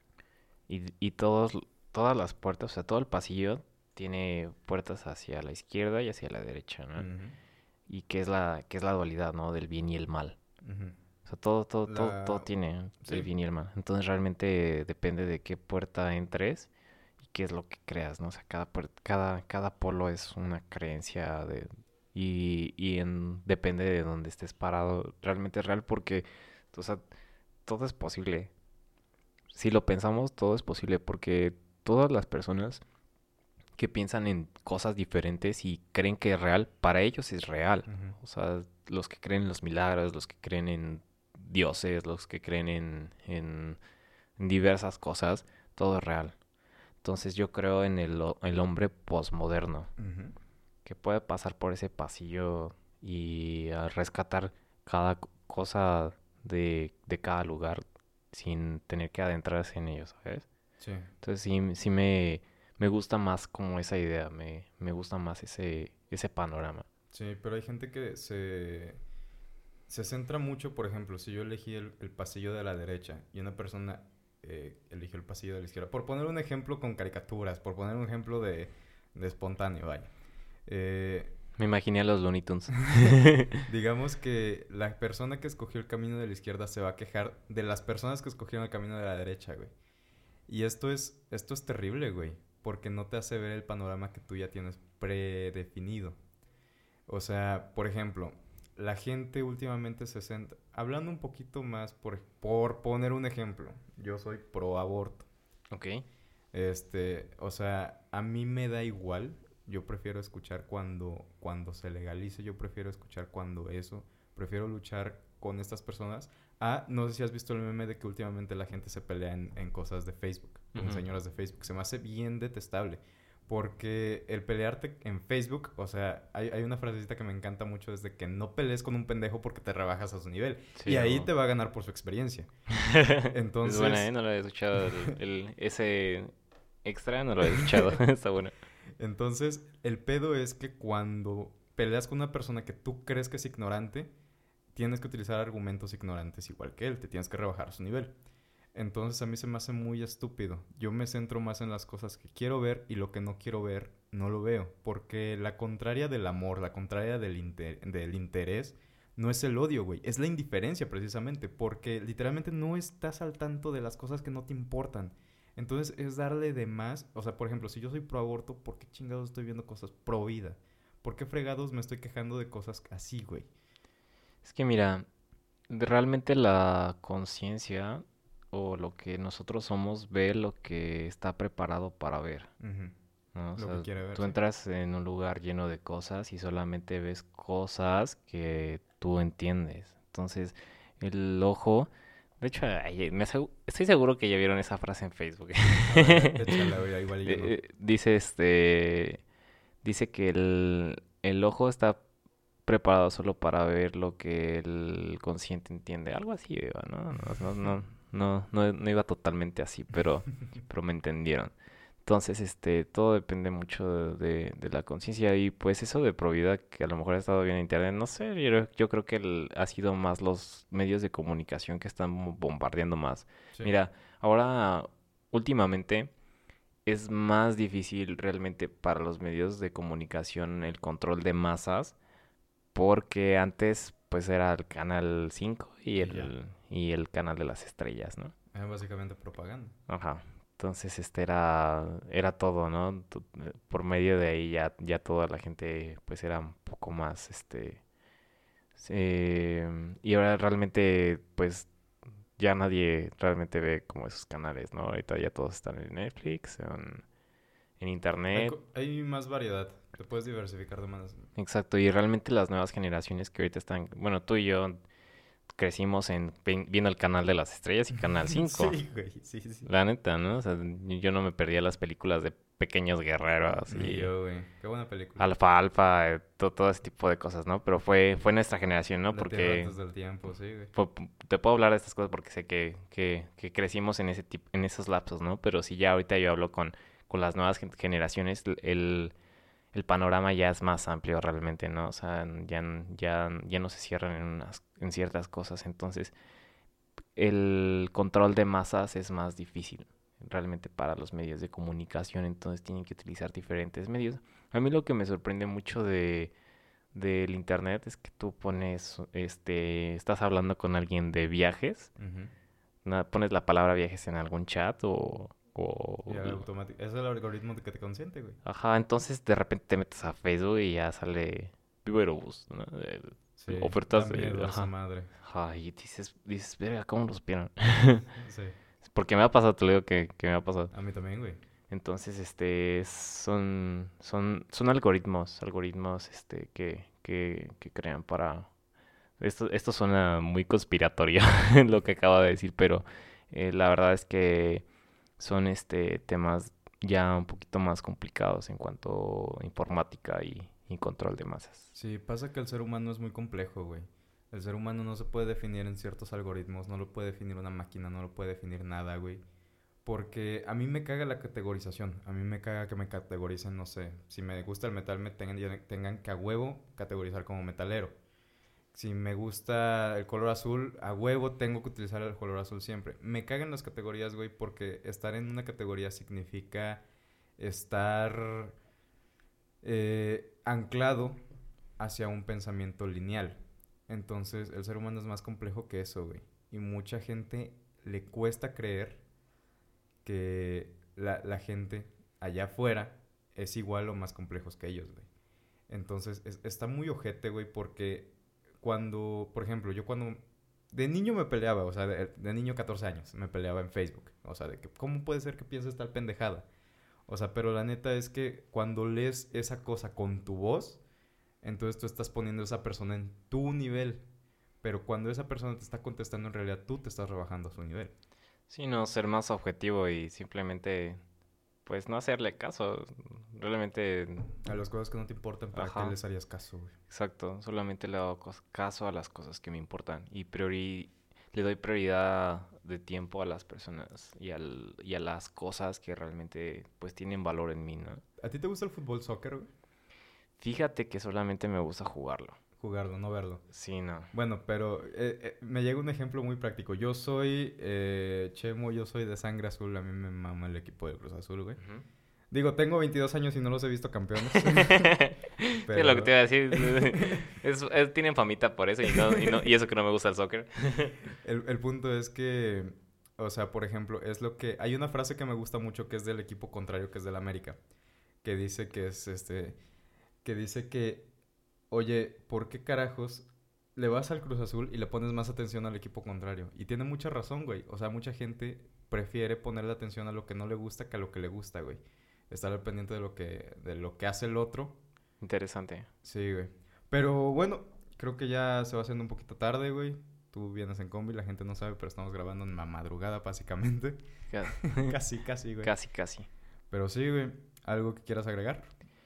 Y, y todos, todas las puertas, o sea, todo el pasillo tiene puertas hacia la izquierda y hacia la derecha, ¿no? Ujú. Y que es la, que es la dualidad, ¿no? Del bien y el mal. Ujú. O sea, todo, todo, todo, todo La... tiene el Sí. bien y el mal. Entonces realmente depende de qué puerta entres y qué es lo que creas, ¿no? O sea, cada, puer- cada, cada polo es una creencia de... Y, y en, depende de dónde estés parado. Realmente es real porque, o sea, todo es posible. Si lo pensamos, todo es posible porque todas las personas que piensan en cosas diferentes y creen que es real, para ellos es real. Ujú. O sea, los que creen en los milagros, los que creen en dioses, los que creen en, en, en diversas cosas, todo es real. Entonces yo creo en el, ho- el hombre posmoderno, Ujú. que puede pasar por ese pasillo y a rescatar cada co- cosa de, de cada lugar sin tener que adentrarse en ellos, ¿sabes? Sí. Entonces sí, sí me, me gusta más como esa idea, me, me gusta más ese, ese panorama. Sí, pero hay gente que se, se centra mucho, por ejemplo, si yo elegí el, el pasillo de la derecha y una persona eh, eligió el pasillo de la izquierda, por poner un ejemplo con caricaturas, por poner un ejemplo de, de espontáneo, vaya. Eh, Me imaginé a los Looney Tunes. digamos que la persona que escogió el camino de la izquierda se va a quejar de las personas que escogieron el camino de la derecha, güey. Y esto es, esto es terrible, güey, porque no te hace ver el panorama que tú ya tienes predefinido. O sea, por ejemplo, la gente últimamente se centra... Hablando un poquito más, por, por poner un ejemplo, yo soy pro aborto. Ok. Este, o sea, a mí me da igual. Yo prefiero escuchar cuando, cuando se legalice. Yo prefiero escuchar cuando eso. Prefiero luchar con estas personas. Ah, no sé si has visto el meme de que últimamente la gente se pelea en, en cosas de Facebook. Con Ujú. señoras de Facebook. Se me hace bien detestable. Porque el pelearte en Facebook, o sea, hay, hay una frasecita que me encanta mucho desde que no pelees con un pendejo porque te rebajas a su nivel. Sí, Y a ahí huevo. te va a ganar por su experiencia. Es buena, ¿eh? Entonces, No lo había escuchado. El, el- ese extra no lo había escuchado. Está bueno. entonces, el pedo es que cuando peleas con una persona que tú crees que es ignorante, tienes que utilizar argumentos ignorantes igual que él, te tienes que rebajar a su nivel. Entonces a mí se me hace muy estúpido. Yo me centro más en las cosas que quiero ver y lo que no quiero ver no lo veo. Porque la contraria del amor, la contraria del, inter- del interés, no es el odio, güey. Es la indiferencia precisamente. Porque literalmente no estás al tanto de las cosas que no te importan. Entonces es darle de más. O sea, por ejemplo, si yo soy pro aborto, ¿por qué chingados estoy viendo cosas pro vida? ¿Por qué fregados me estoy quejando de cosas así, güey? Es que mira, de- realmente la conciencia o lo que nosotros somos ve lo que está preparado para ver, Ujú. ¿no? O Lo que sea, quiere ver, tú sí. entras en un lugar lleno de cosas y solamente ves cosas que tú entiendes. Entonces, el ojo De hecho, ay, me asegu- estoy seguro que ya vieron esa frase en Facebook. A ver, échala, güey, igual y yo no. Eh, Dice este, dice que el, el ojo está preparado solo para ver lo que el consciente entiende. Algo así iba, ¿no? No, no, no, no, no, no iba totalmente así, pero, pero me entendieron. Entonces, este, todo depende mucho de, de la conciencia y pues eso de probidad que a lo mejor ha estado bien en internet, no sé, yo, yo creo que el- ha sido más los medios de comunicación que están mo- bombardeando más. Sí, Mira, ahora últimamente es más difícil realmente para los medios de comunicación el control de masas porque antes pues era el canal cinco y y ya. el, y el canal de las estrellas, ¿no? Es básicamente propaganda. Ajá. Entonces, este era, era todo, ¿no? Tu- eh, Por medio de ahí ya, ya toda la gente, pues era un poco más, este, eh, y ahora realmente, pues ya nadie realmente ve como esos canales, ¿no? Ahorita ya todos están en Netflix, en, en Hay, internet, co- hay más variedad. Te puedes diversificar de más. exacto. Y realmente las nuevas generaciones que ahorita están, bueno, tú y yo crecimos en, ven- viendo el canal de las estrellas y Canal cinco. Sí, güey, sí, sí. La neta, ¿no? O sea, yo no me perdía las películas de pequeños guerreros Ni y yo, güey. Qué buena película. Alfa Alfa, eh, to- todo ese tipo de cosas, ¿no? Pero fue, fue nuestra generación, ¿no? La Tierra Porque antes del tiempo, sí, güey. fue- te puedo hablar de estas cosas porque sé que, que, que crecimos en ese tipo, en esos lapsos, ¿no? Pero si ya ahorita yo hablo con, con las nuevas gen- generaciones, el, el panorama ya es más amplio realmente, ¿no? O sea, ya, n- ya, ya no se cierran en unas, en ciertas cosas. Entonces, el control de masas es más difícil realmente para los medios de comunicación, entonces tienen que utilizar diferentes medios. A mí lo que me sorprende mucho de del internet es que tú pones, este, estás hablando con alguien de viajes, Ujú. na- pones la palabra viajes en algún chat o, Y o, automático. Es el algoritmo de que te consiente, güey. ajá, entonces de repente te metes a Facebook y ya sale Viva Aerobús, ¿no? Eh, Sí, da ofertas de, miedo esa ajá, madre. ajá, y dices, dices, verga, ¿cómo lo supieron? Sí, Porque me ha pasado, te lo digo que, que me ha pasado. a mí también, güey. Entonces, este, son, son, son algoritmos, algoritmos, este, que, que, que crean para... Esto, esto suena muy conspiratorio, lo que acabo de decir, pero eh, la verdad es que son, este, temas ya un poquito más complicados en cuanto a informática y, y control de masas. Sí, pasa que el ser humano es muy complejo, güey. El ser humano no se puede definir en ciertos algoritmos, no lo puede definir una máquina, no lo puede definir nada, güey. Porque a mí me caga la categorización. A mí me caga que me categoricen, no sé. Si me gusta el metal, me tengan, tengan que a huevo categorizar como metalero. Si me gusta el color azul, a huevo tengo que utilizar el color azul siempre. Me cagan las categorías, güey, porque estar en una categoría significa estar eh, anclado hacia un pensamiento lineal. Entonces, el ser humano es más complejo que eso, güey. Y mucha gente le cuesta creer que la, la gente allá afuera es igual o más complejos que ellos, güey. Entonces, es- está muy ojete, güey, porque cuando, por ejemplo, yo cuando... De niño me peleaba, o sea, de, de niño catorce años, me peleaba en Facebook. O sea, de que, ¿cómo puede ser que pienses tal pendejada? O sea, pero la neta es que cuando lees esa cosa con tu voz, entonces tú estás poniendo a esa persona en tu nivel. Pero cuando esa persona te está contestando, en realidad tú te estás rebajando a su nivel. Sí, no, ser más objetivo y simplemente, pues, no hacerle caso. Realmente, A las cosas que no te importan, ¿para qué ajá. les harías caso, güey? Exacto, solamente le hago cos- caso a las cosas que me importan y priori le doy prioridad de tiempo a las personas y, al, y a las cosas que realmente pues tienen valor en mí, ¿no? ¿A ti te gusta el fútbol soccer, güey? Fíjate que solamente me gusta jugarlo. Jugarlo, no verlo. Sí, no. Bueno, pero eh, eh, me llega un ejemplo muy práctico. Yo soy eh, Chemo, yo soy de sangre azul. A mí me mama el equipo del Cruz Azul, güey. Ujú. Digo, tengo veintidós años y no los he visto campeones. Sí, lo que te Pero iba a decir. Es, es- tienen famita por eso y, no, y, no, y eso que no me gusta el soccer. el, el punto es que, o sea, por ejemplo, es lo que... Hay una frase que me gusta mucho que es del equipo contrario, que es del América. Que dice que es este... Que dice que, oye, ¿por qué carajos le vas al Cruz Azul y le pones más atención al equipo contrario? Y tiene mucha razón, güey. O sea, mucha gente prefiere ponerle atención a lo que no le gusta que a lo que le gusta, güey. Estar al pendiente de lo que, de lo que hace el otro. Interesante. Sí, güey. Pero bueno, creo que ya se va haciendo un poquito tarde, güey. Tú vienes en combi, la gente no sabe, pero estamos grabando en la madrugada, básicamente. Casi, casi, güey. Casi, casi. Pero sí, güey. ¿Algo que quieras agregar?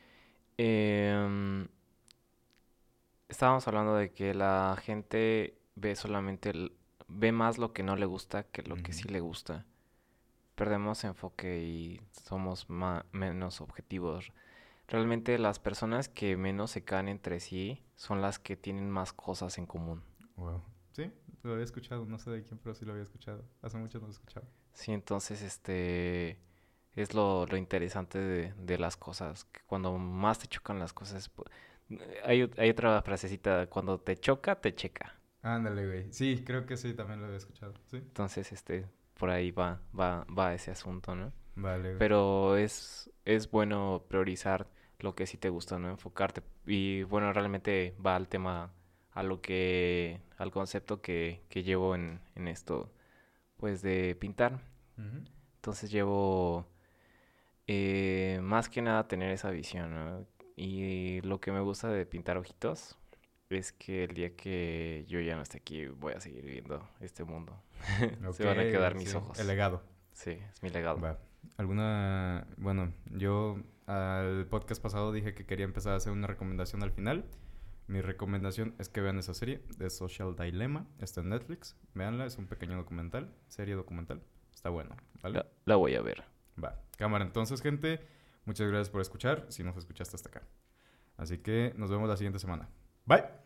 Eh, estábamos hablando de que la gente ve solamente... el- ve más lo que no le gusta que lo que sí Ujú. le gusta. Perdemos enfoque y somos ma- menos objetivos. Realmente las personas que menos se caen entre sí son las que tienen más cosas en común. Wow. Sí, lo había escuchado. No sé de quién, pero sí lo había escuchado. Hace mucho no lo escuchaba. Sí, entonces este es lo, lo interesante de, de las cosas. Que cuando más te chocan las cosas, pu- hay, ot- hay otra frasecita, cuando te choca, te checa. Ándale, güey. Sí, creo que sí, también lo había escuchado. Sí. Entonces, este, por ahí va, va, va ese asunto, ¿no? Vale, güey. Pero es, es bueno priorizar lo que sí te gusta, ¿no? Enfocarte. Y bueno, realmente va al tema, a lo que, al concepto que, que llevo en, en esto, pues de pintar. Ujú. Entonces llevo eh, más que nada tener esa visión, ¿no? Y lo que me gusta de pintar ojitos es que el día que yo ya no esté aquí voy a seguir viviendo este mundo. Ok, Se van a quedar mis sí. El ojos. legado. Sí, es mi legado. Va. ¿Alguna...? Bueno, yo al podcast pasado dije que quería empezar a hacer una recomendación al final. Mi recomendación es que vean esa serie de Social Dilemma. Está en Netflix. Véanla, es un pequeño documental. Serie documental. Está bueno, ¿vale? La, la voy a ver. Va. Cámara, entonces, gente. Muchas gracias por escuchar, si nos escuchaste hasta acá. Así que nos vemos la siguiente semana. Bye.